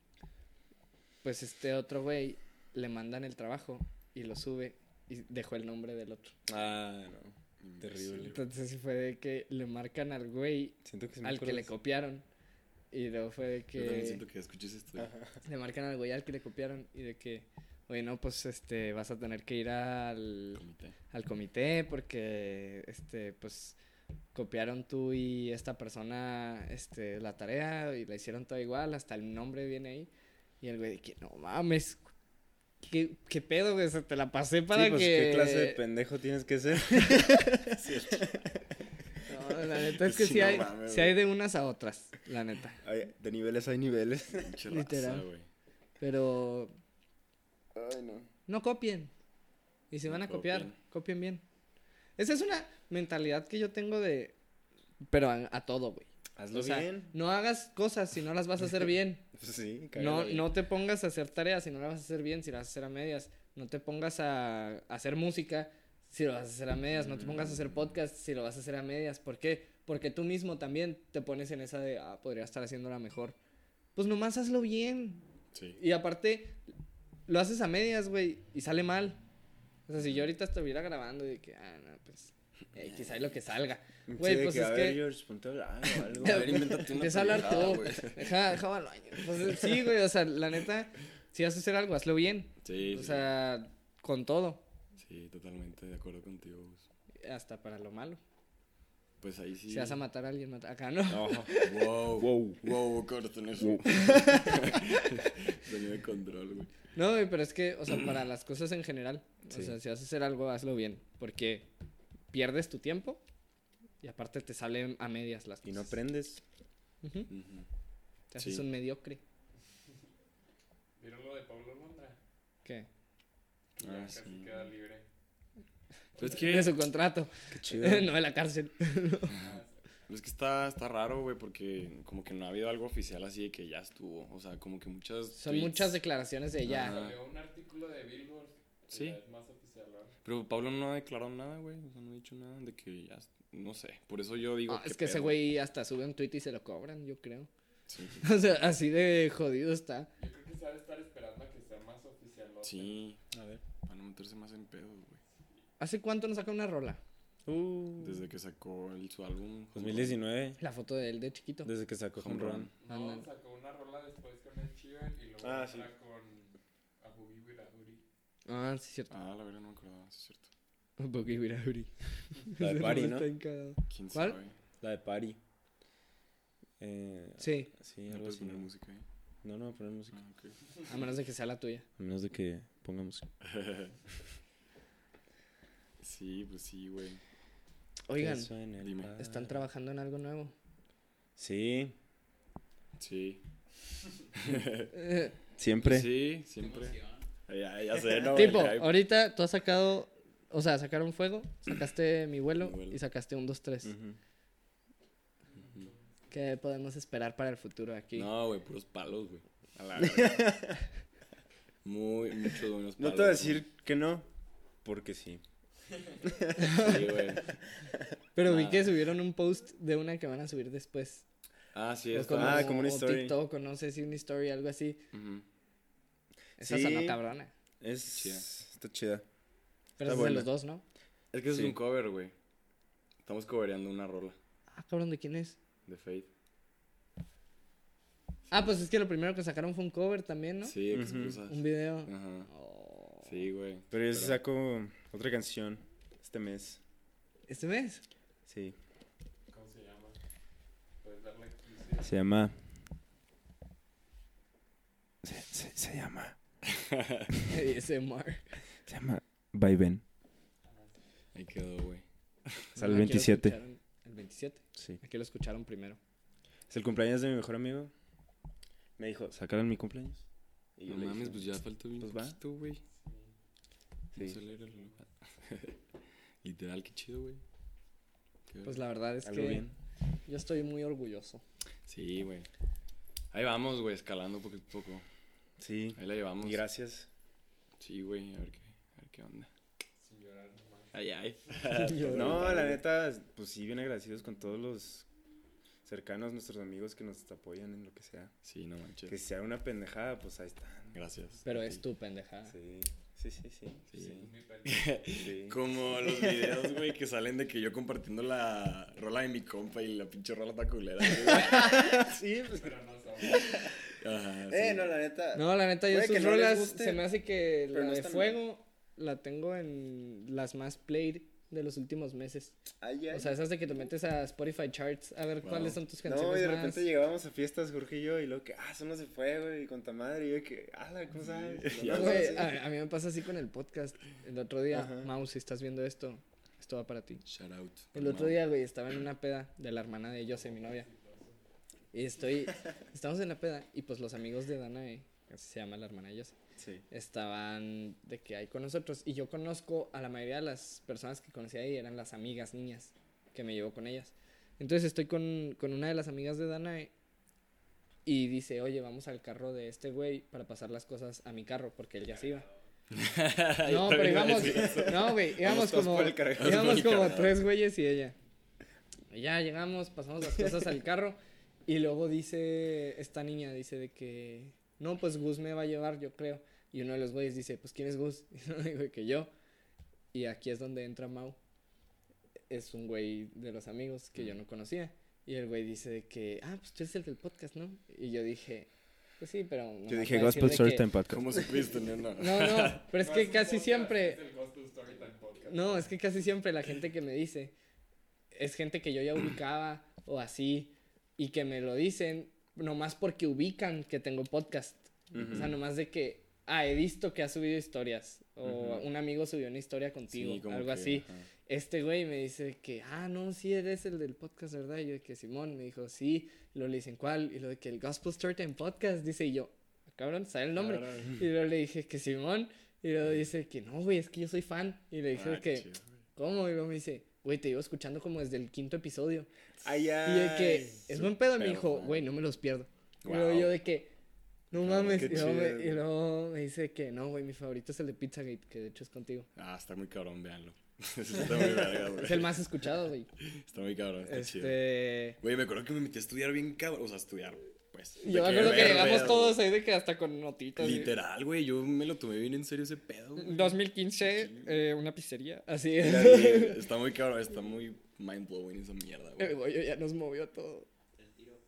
Speaker 1: Pues este otro güey le mandan el trabajo, y lo sube, y dejó el nombre del otro.
Speaker 4: Ah, no. Terrible.
Speaker 1: Entonces sí fue de que le marcan al güey
Speaker 4: Siento que se me
Speaker 1: al que le copiaron. Y luego fue de
Speaker 2: Yo también
Speaker 1: que
Speaker 2: siento que escuches esto.
Speaker 1: le marcan al güey al que le copiaron y de que, oye, no, pues vas a tener que ir
Speaker 2: Comité.
Speaker 1: al comité porque pues copiaron tú y esta persona la tarea y la hicieron toda igual, hasta el nombre viene ahí. Y el güey de que no mames, ¿qué pedo, güey? O sea, te la pasé para
Speaker 4: Sí, pues,
Speaker 1: que
Speaker 4: ¿qué clase de pendejo tienes que ser?
Speaker 1: No, la neta es que
Speaker 2: Sí,
Speaker 1: sí
Speaker 2: no
Speaker 1: hay,
Speaker 2: mames,
Speaker 1: sí hay de unas a otras, la neta.
Speaker 4: Ay, de niveles hay niveles.
Speaker 2: Pinche
Speaker 1: Literal.
Speaker 2: raza, güey.
Speaker 1: Pero
Speaker 4: Ay, no.
Speaker 1: no copien. Y si
Speaker 2: No
Speaker 1: van a copiar,
Speaker 2: copien.
Speaker 1: copien bien. Esa es una mentalidad que yo tengo de... Pero a todo, güey.
Speaker 4: Hazlo
Speaker 1: O sea,
Speaker 4: bien.
Speaker 1: no hagas cosas si no las vas a hacer bien.
Speaker 4: Pues sí,
Speaker 1: No,
Speaker 4: cágala bien.
Speaker 1: no te pongas a hacer tareas si no las vas a hacer bien, si las vas a hacer a medias. No te pongas a hacer música si lo vas a hacer a medias. No te pongas a hacer podcast si lo vas a hacer a medias. ¿Por qué? Porque tú mismo también te pones en esa de, podría estar haciéndola mejor. Pues nomás hazlo bien.
Speaker 2: Sí.
Speaker 1: Y aparte, lo haces a medias, güey, y sale mal. O sea, si yo ahorita estuviera grabando y de que, no, pues, quizá hay lo que salga. Güey,
Speaker 4: Sí, de
Speaker 1: pues
Speaker 4: que,
Speaker 1: es
Speaker 4: a
Speaker 1: que...
Speaker 4: ver, George, ponte a hablar o algo.
Speaker 2: A ver, invéntate una
Speaker 1: Empieza a hablar
Speaker 2: pendejada,
Speaker 1: tú.
Speaker 2: güey.
Speaker 1: Deja al baño. Pues, sí, güey, o sea, la neta, si vas a hacer algo, hazlo bien.
Speaker 2: Sí,
Speaker 1: O
Speaker 2: sí.
Speaker 1: sea, con todo.
Speaker 2: Sí, totalmente de acuerdo contigo, Gus.
Speaker 1: Hasta para lo malo.
Speaker 2: Pues ahí sí.
Speaker 1: Si vas a matar a alguien, acá no.
Speaker 4: No.
Speaker 2: Wow, corten eso. Sonido de control, güey.
Speaker 1: No, güey, pero es que, o sea, para las cosas en general.
Speaker 4: Sí.
Speaker 1: O sea, si vas a hacer algo, hazlo bien. Porque pierdes tu tiempo y aparte te salen a medias las cosas.
Speaker 4: Y no aprendes.
Speaker 1: Ujú.
Speaker 2: Ujú.
Speaker 1: Te haces
Speaker 2: Sí.
Speaker 1: un mediocre.
Speaker 5: ¿Vieron lo de Pablo Londra?
Speaker 1: ¿Qué?
Speaker 5: Ya
Speaker 2: Ah,
Speaker 5: casi
Speaker 2: sí.
Speaker 5: queda libre.
Speaker 2: Pues es
Speaker 1: De
Speaker 2: que,
Speaker 1: su contrato.
Speaker 4: Qué chido.
Speaker 1: No de la cárcel.
Speaker 2: es que está raro, güey, porque como que no ha habido algo oficial así de que ya estuvo. O sea, como que muchas.
Speaker 1: Son
Speaker 2: tweets-
Speaker 1: muchas declaraciones de ella.
Speaker 2: Ajá.
Speaker 5: Salió un artículo de Billboard. Que
Speaker 2: Sí.
Speaker 5: ya es más oficial, ¿verdad?
Speaker 2: Pero Pablo no ha declarado nada, güey. O sea, no ha dicho nada de que ya. No sé. Por eso yo digo.
Speaker 1: Es
Speaker 2: ¿qué
Speaker 1: que ese
Speaker 2: pedo?
Speaker 1: güey hasta sube un tweet y se lo cobran, yo creo.
Speaker 2: Sí,
Speaker 1: O sea, así de jodido está.
Speaker 5: Yo creo que se ha de estar esperando a que sea más oficial. ¿no?
Speaker 2: sí.
Speaker 4: A ver.
Speaker 2: Para no meterse más en pedos, güey.
Speaker 1: ¿Hace cuánto nos saca una rola?
Speaker 2: Desde que sacó su álbum.
Speaker 4: 2019.
Speaker 1: La foto de él de chiquito.
Speaker 4: Desde que sacó
Speaker 2: Home
Speaker 4: Home
Speaker 2: Run.
Speaker 4: Run.
Speaker 5: No,
Speaker 1: Ándale.
Speaker 5: sacó una rola después con el Sheeran y luego
Speaker 4: Ah,
Speaker 5: otra
Speaker 4: sí.
Speaker 5: con A Boogie with a Booty.
Speaker 1: Ah, sí, cierto.
Speaker 2: Ah, la verdad no me acordaba, sí es cierto.
Speaker 1: Boogie Wirauri.
Speaker 4: La de
Speaker 1: Ese
Speaker 4: Party,
Speaker 1: nombre
Speaker 4: ¿no?
Speaker 1: está bien cagado.
Speaker 2: ¿Quién
Speaker 1: ¿Cuál?
Speaker 2: sabe?
Speaker 4: La de Party.
Speaker 1: Sí,
Speaker 4: Sí,
Speaker 2: ¿No
Speaker 4: algo
Speaker 2: puedes
Speaker 4: así.
Speaker 2: poner
Speaker 4: ¿no?
Speaker 2: música ahí?
Speaker 4: No, no, poner música.
Speaker 2: Ah, ok.
Speaker 1: a menos de que sea la tuya.
Speaker 4: A menos de que ponga música.
Speaker 2: Sí, pues sí, güey.
Speaker 1: Oigan,
Speaker 4: Eso en el
Speaker 2: dime.
Speaker 4: bar.
Speaker 1: ¿están trabajando en algo nuevo?
Speaker 4: Sí,
Speaker 2: Sí.
Speaker 4: siempre.
Speaker 2: Sí, siempre.
Speaker 6: Emoción.
Speaker 2: Ya sé, no.
Speaker 1: Tipo,
Speaker 2: el hype.
Speaker 1: ahorita tú has sacado, o sea, sacaron fuego, sacaste mi vuelo
Speaker 2: Mi vuelo.
Speaker 1: y sacaste un 2-3.
Speaker 4: Ujú.
Speaker 1: ¿Qué podemos esperar para el futuro aquí?
Speaker 2: No, güey, puros palos, güey. A la verga. Muchos buenos palos.
Speaker 4: No te voy a decir que no, porque sí.
Speaker 2: Sí, güey.
Speaker 1: Pero vi
Speaker 2: Nah.
Speaker 1: que subieron un post de una que van a subir después.
Speaker 2: Ah, sí,
Speaker 1: O
Speaker 2: está.
Speaker 4: como una story.
Speaker 1: TikTok, o no sé si una story, algo así.
Speaker 2: Ujú.
Speaker 1: Esa
Speaker 4: Sí.
Speaker 1: sonó cabrona.
Speaker 4: Es
Speaker 2: Chida.
Speaker 4: está chida.
Speaker 1: Pero
Speaker 4: Está
Speaker 1: es de
Speaker 4: buena.
Speaker 1: los dos, ¿no?
Speaker 2: Es que eso
Speaker 4: Sí.
Speaker 2: es un cover, güey. Estamos covereando una rola
Speaker 1: Ah, cabrón, ¿de quién es?
Speaker 2: de Fate.
Speaker 1: Ah, pues es que lo primero que sacaron fue un cover también, ¿no?
Speaker 2: Sí,
Speaker 4: Ujú.
Speaker 2: excusas.
Speaker 1: Un video.
Speaker 2: Ajá.
Speaker 1: Oh.
Speaker 2: Sí, güey.
Speaker 4: Pero yo saco otra canción este mes.
Speaker 1: ¿Este mes?
Speaker 4: Sí.
Speaker 5: ¿Cómo se llama? ¿Puedes dar la exclusiva?
Speaker 4: Se llama. Se llama.
Speaker 1: ASMR.
Speaker 4: Se llama Vaivén.
Speaker 2: Ahí quedó, güey.
Speaker 4: Sale
Speaker 1: No,
Speaker 4: el
Speaker 1: aquí lo
Speaker 4: 27.
Speaker 1: escucharon- El 27.
Speaker 4: Sí.
Speaker 1: Aquí lo escucharon primero.
Speaker 4: Es el cumpleaños de mi mejor amigo. Me dijo, ¿sacaron mi cumpleaños? Y yo
Speaker 2: No
Speaker 4: le
Speaker 2: mames,
Speaker 4: dije,
Speaker 2: pues ya falta bien
Speaker 4: pues va.
Speaker 2: poquito, güey.
Speaker 4: Sí.
Speaker 2: No se acelera el reloj. Literal, qué chido, güey. Qué
Speaker 1: Pues
Speaker 2: verga.
Speaker 1: la verdad es
Speaker 4: Algo
Speaker 1: que
Speaker 4: bien.
Speaker 1: yo estoy muy orgulloso.
Speaker 2: Sí, güey. Ahí vamos, güey, escalando poco a poco.
Speaker 4: Sí.
Speaker 2: Ahí la llevamos.
Speaker 4: Y gracias.
Speaker 2: Sí, güey, a ver qué onda.
Speaker 5: Sin llorar nomás.
Speaker 2: Ay, ay.
Speaker 4: No, la neta, pues sí, bien agradecidos con todos los cercanos, nuestros amigos que nos apoyan en lo que sea.
Speaker 2: Sí, no manches.
Speaker 4: Que si sea una pendejada, pues ahí están.
Speaker 2: Gracias.
Speaker 1: Pero
Speaker 2: a
Speaker 1: es
Speaker 2: ti.
Speaker 1: tu pendejada.
Speaker 4: Sí, sí, sí, sí.
Speaker 2: Sí.
Speaker 4: Sí.
Speaker 5: Mi pendejo.
Speaker 4: Sí.
Speaker 2: Como los videos, güey, que salen de que yo compartiendo la rola de mi compa y la pinche rola está culera.
Speaker 4: Sí, pues.
Speaker 5: Pero no somos.
Speaker 2: Ajá, sí.
Speaker 4: No, la neta.
Speaker 1: No, la neta, yo
Speaker 4: Puede que
Speaker 1: sus
Speaker 4: no les
Speaker 1: rolas
Speaker 4: guste,
Speaker 1: se me hace que
Speaker 4: pero
Speaker 1: la
Speaker 4: no
Speaker 1: de
Speaker 4: están
Speaker 1: Fuego la tengo en las más played de los últimos meses.
Speaker 4: Ay, ay.
Speaker 1: O sea, esas de que te metes a Spotify Charts a ver
Speaker 2: Wow.
Speaker 1: cuáles son tus canciones
Speaker 4: No, y de
Speaker 1: más...
Speaker 4: repente llegábamos a fiestas, Jorge y yo, y luego que, son los de fuego, y con ta madre, y yo que, ¿cómo sabes?
Speaker 2: Ya
Speaker 1: No,
Speaker 4: No,
Speaker 1: güey,
Speaker 4: sí.
Speaker 1: a mí me pasa así con el podcast. El otro día,
Speaker 4: Ajá.
Speaker 1: Mau, si estás viendo esto va para ti.
Speaker 2: Shout out.
Speaker 1: El otro día, güey, estaba en una peda de la hermana de Jose, mi novia. Y estamos en la peda, y pues los amigos de Danae, así se llama la hermana de Jose,
Speaker 4: Sí.
Speaker 1: estaban de que ahí con nosotros. Y yo conozco a la mayoría de las personas que conocí ahí, eran las amigas niñas que me llevo con ellas. Entonces estoy con una de las amigas de Danae y dice, oye, vamos al carro de este güey para pasar las cosas a mi carro, porque él ya se iba. No, pero íbamos, no, güey, íbamos
Speaker 4: todos
Speaker 1: como,
Speaker 4: por el cargador.
Speaker 1: íbamos como
Speaker 2: cargador.
Speaker 1: 3 güeyes y ella. Y ya llegamos, pasamos las cosas al carro y luego dice, esta niña dice de que, no, pues Gus me va a llevar, yo creo. Y uno de los güeyes dice, pues ¿quién es Gus? Y uno dijo que yo. Y aquí es donde entra Mau. Es un güey de los amigos que yo no conocía. Y el güey dice de que, pues tú eres el del podcast, ¿no? Y yo dije, pues sí, pero... nomás
Speaker 4: Yo dije
Speaker 1: para decir
Speaker 4: Gospel
Speaker 1: de
Speaker 4: Storytime
Speaker 1: que-
Speaker 4: Podcast.
Speaker 2: ¿Cómo supiste, nena?
Speaker 1: No, pero es
Speaker 5: No
Speaker 1: que
Speaker 5: un
Speaker 1: casi
Speaker 5: podcast,
Speaker 1: siempre...
Speaker 5: Es el Gospel Storytime Podcast.
Speaker 1: No, es que casi siempre la gente que me dice es gente que yo ya ubicaba o así y que me lo dicen nomás porque ubican que tengo podcast. O sea, nomás de que, he visto que has subido historias o un amigo subió una historia contigo,
Speaker 2: Sí, como
Speaker 1: algo
Speaker 2: que,
Speaker 1: así.
Speaker 2: ajá.
Speaker 1: Este güey me dice que, no, sí eres el del podcast, ¿verdad? Y yo de que Simón me dijo, sí. Y luego le dicen, ¿cuál? Y lo de que el Gospel Storytime Podcast, dice, y yo, cabrón, ¿sabe el nombre? Y luego le dije que Simón. Y luego dice que no, güey, es que yo soy fan. Y le dije
Speaker 2: Ah,
Speaker 1: que,
Speaker 2: qué chido, güey.
Speaker 1: ¿cómo? Y luego me dice, güey, te llevo escuchando como desde el 5.º episodio.
Speaker 4: Ay,
Speaker 1: Y de que, es buen pedo. Y me
Speaker 2: Pero,
Speaker 1: dijo,
Speaker 2: fan.
Speaker 1: güey, no me los pierdo. Y
Speaker 2: Wow.
Speaker 1: luego yo de que, no mames.
Speaker 4: qué
Speaker 1: Y luego,
Speaker 4: chido,
Speaker 1: y luego me dice que no, güey, mi favorito es el de Pizzagate, que de hecho es contigo.
Speaker 2: Está muy cabrón, véanlo. Está muy verga, güey.
Speaker 1: Es el más escuchado, güey.
Speaker 2: Está muy cabrón, está chido.
Speaker 1: Este...
Speaker 2: Güey, me acuerdo que me metí a estudiar bien cabrón. O sea, a estudiar, pues.
Speaker 1: Yo me
Speaker 2: De
Speaker 1: acuerdo que
Speaker 2: ver,
Speaker 1: llegamos
Speaker 2: ver,
Speaker 1: todos ahí de que hasta con notitas. güey.
Speaker 2: Literal, güey. Yo me lo tomé bien en serio ese pedo, güey.
Speaker 1: 2015, una pizzería. Así es.
Speaker 2: Sí, está muy cabrón, está muy mind blowing esa mierda,
Speaker 1: El
Speaker 2: güey.
Speaker 1: bollo ya nos movió todo.
Speaker 6: El tiro.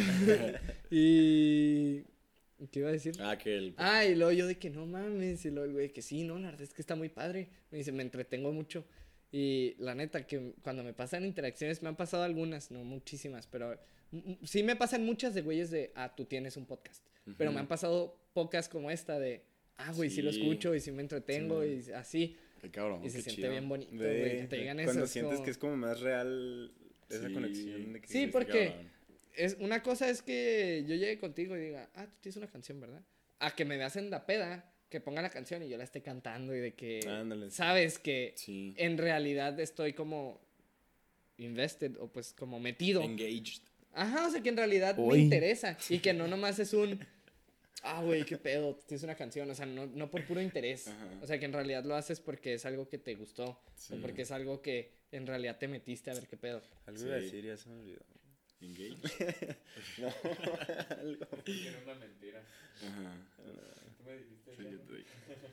Speaker 1: Y... ¿Qué iba a decir?
Speaker 2: Que el.
Speaker 1: Y luego yo de que no mames. Y luego el güey que sí, no, la verdad es que está muy padre. Me dice, me entretengo mucho. Y la neta, que cuando me pasan interacciones, me han pasado algunas, no muchísimas, pero sí me pasan muchas de güeyes de, tú tienes un podcast. Pero me han pasado pocas como esta de, güey, sí lo escucho y sí me entretengo y así.
Speaker 2: Qué cabrón,
Speaker 1: Y se
Speaker 2: qué
Speaker 1: siente
Speaker 2: chido.
Speaker 1: bien bonito, güey, que te digan eso.
Speaker 4: Cuando sientes que es como más real esa conexión. De que
Speaker 1: Sí,
Speaker 4: existe,
Speaker 1: porque
Speaker 4: cabrón.
Speaker 1: una cosa es que yo llegue contigo y diga, tú tienes una canción, ¿verdad? A que me veas en la peda, que ponga la canción y yo la esté cantando y de que
Speaker 4: Ándale, sí.
Speaker 1: sabes que
Speaker 2: Sí.
Speaker 1: en realidad estoy como invested o pues como metido.
Speaker 2: Engaged.
Speaker 1: Ajá, o sea que en realidad me
Speaker 4: Uy.
Speaker 1: interesa y que no nomás es un, güey, qué pedo, tienes una canción, o sea, no por puro interés.
Speaker 2: Ajá.
Speaker 1: O sea que en realidad lo haces porque es algo que te gustó
Speaker 2: Sí.
Speaker 1: o porque es algo que en realidad te metiste a ver qué pedo.
Speaker 4: Algo
Speaker 2: Sí.
Speaker 4: iba a decir, ya se me olvidó.
Speaker 2: Engaged.
Speaker 4: No, algo.
Speaker 5: Era una mentira.
Speaker 2: Ajá.
Speaker 5: Tú me dijiste
Speaker 2: Sí,
Speaker 5: eso.
Speaker 2: yo te dije.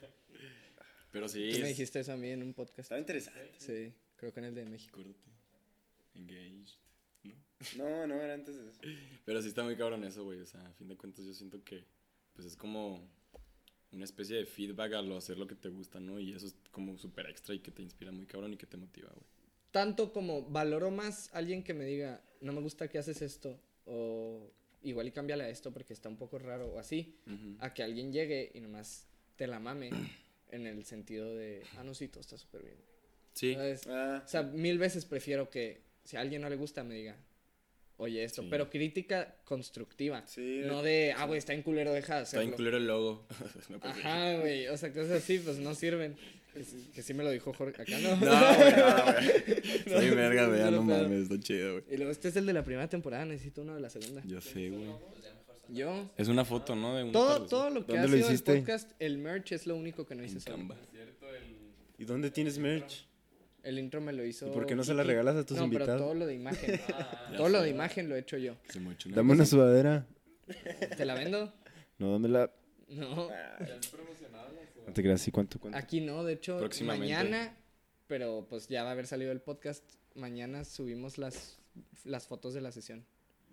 Speaker 2: Pero sí.
Speaker 1: Tú me
Speaker 2: es-
Speaker 1: dijiste eso a mí en un podcast.
Speaker 4: Estaba interesante.
Speaker 1: Sí, creo que en el de México.
Speaker 2: Acuérdate. Engaged.
Speaker 4: No, era antes de eso.
Speaker 2: Pero sí está muy cabrón eso, güey. O sea, a fin de cuentas yo siento que pues es como una especie de feedback a lo hacer lo que te gusta, ¿no? Y eso es como súper extra y que te inspira muy cabrón y que te motiva, güey.
Speaker 1: Tanto como valoro más a alguien que me diga, no me gusta que haces esto, o igual y cámbiale a esto porque está un poco raro, o así,
Speaker 2: Ujú.
Speaker 1: a que alguien llegue y nomás te la mame en el sentido de, no, sí, todo está súper bien.
Speaker 2: Sí.
Speaker 1: ¿Sabes?
Speaker 4: Ah,
Speaker 1: O sea, 1000 veces prefiero que si a alguien no le gusta me diga, oye esto,
Speaker 2: Sí.
Speaker 1: pero crítica constructiva,
Speaker 4: sí.
Speaker 1: no de, güey, está en culero, deja de
Speaker 2: Está
Speaker 1: hacerlo.
Speaker 2: en culero el logo. No, pues,
Speaker 1: Ajá, güey, o sea, cosas así, pues no sirven. Que sí me lo dijo Jorge, acá no.
Speaker 2: No, güey. Soy verga, güey.
Speaker 1: no
Speaker 2: No
Speaker 1: pedo.
Speaker 2: mames, está chido, güey.
Speaker 1: Y luego este es el de la primera temporada, necesito uno de la segunda.
Speaker 2: Ya sé, güey.
Speaker 1: Yo,
Speaker 2: Es una foto, ¿no? De un
Speaker 1: todo lo que
Speaker 4: ¿Dónde
Speaker 1: ha
Speaker 4: lo
Speaker 1: sido el
Speaker 4: hiciste?
Speaker 1: podcast, el merch es lo único que no hice
Speaker 2: En
Speaker 1: solo.
Speaker 2: Canva.
Speaker 5: Es cierto,
Speaker 4: ¿Y dónde tienes merch?
Speaker 1: El intro me lo hizo
Speaker 4: ¿Y por qué no se la
Speaker 1: Kiki.
Speaker 4: regalas a tus
Speaker 1: No, pero
Speaker 4: invitados?
Speaker 1: todo lo de imagen.
Speaker 2: Ya
Speaker 1: todo lo
Speaker 2: sé.
Speaker 1: de imagen lo he hecho yo.
Speaker 2: Se me echó una
Speaker 4: Dame
Speaker 2: cosa.
Speaker 4: una sudadera.
Speaker 1: ¿Te la vendo?
Speaker 4: No, dámela.
Speaker 1: No.
Speaker 5: ¿Ya has promocionado la ciudad?
Speaker 4: No te creas, ¿y cuánto?
Speaker 1: Aquí no, de hecho,
Speaker 2: Próximamente.
Speaker 1: mañana, pero pues ya va a haber salido el podcast. Mañana subimos las fotos de la sesión.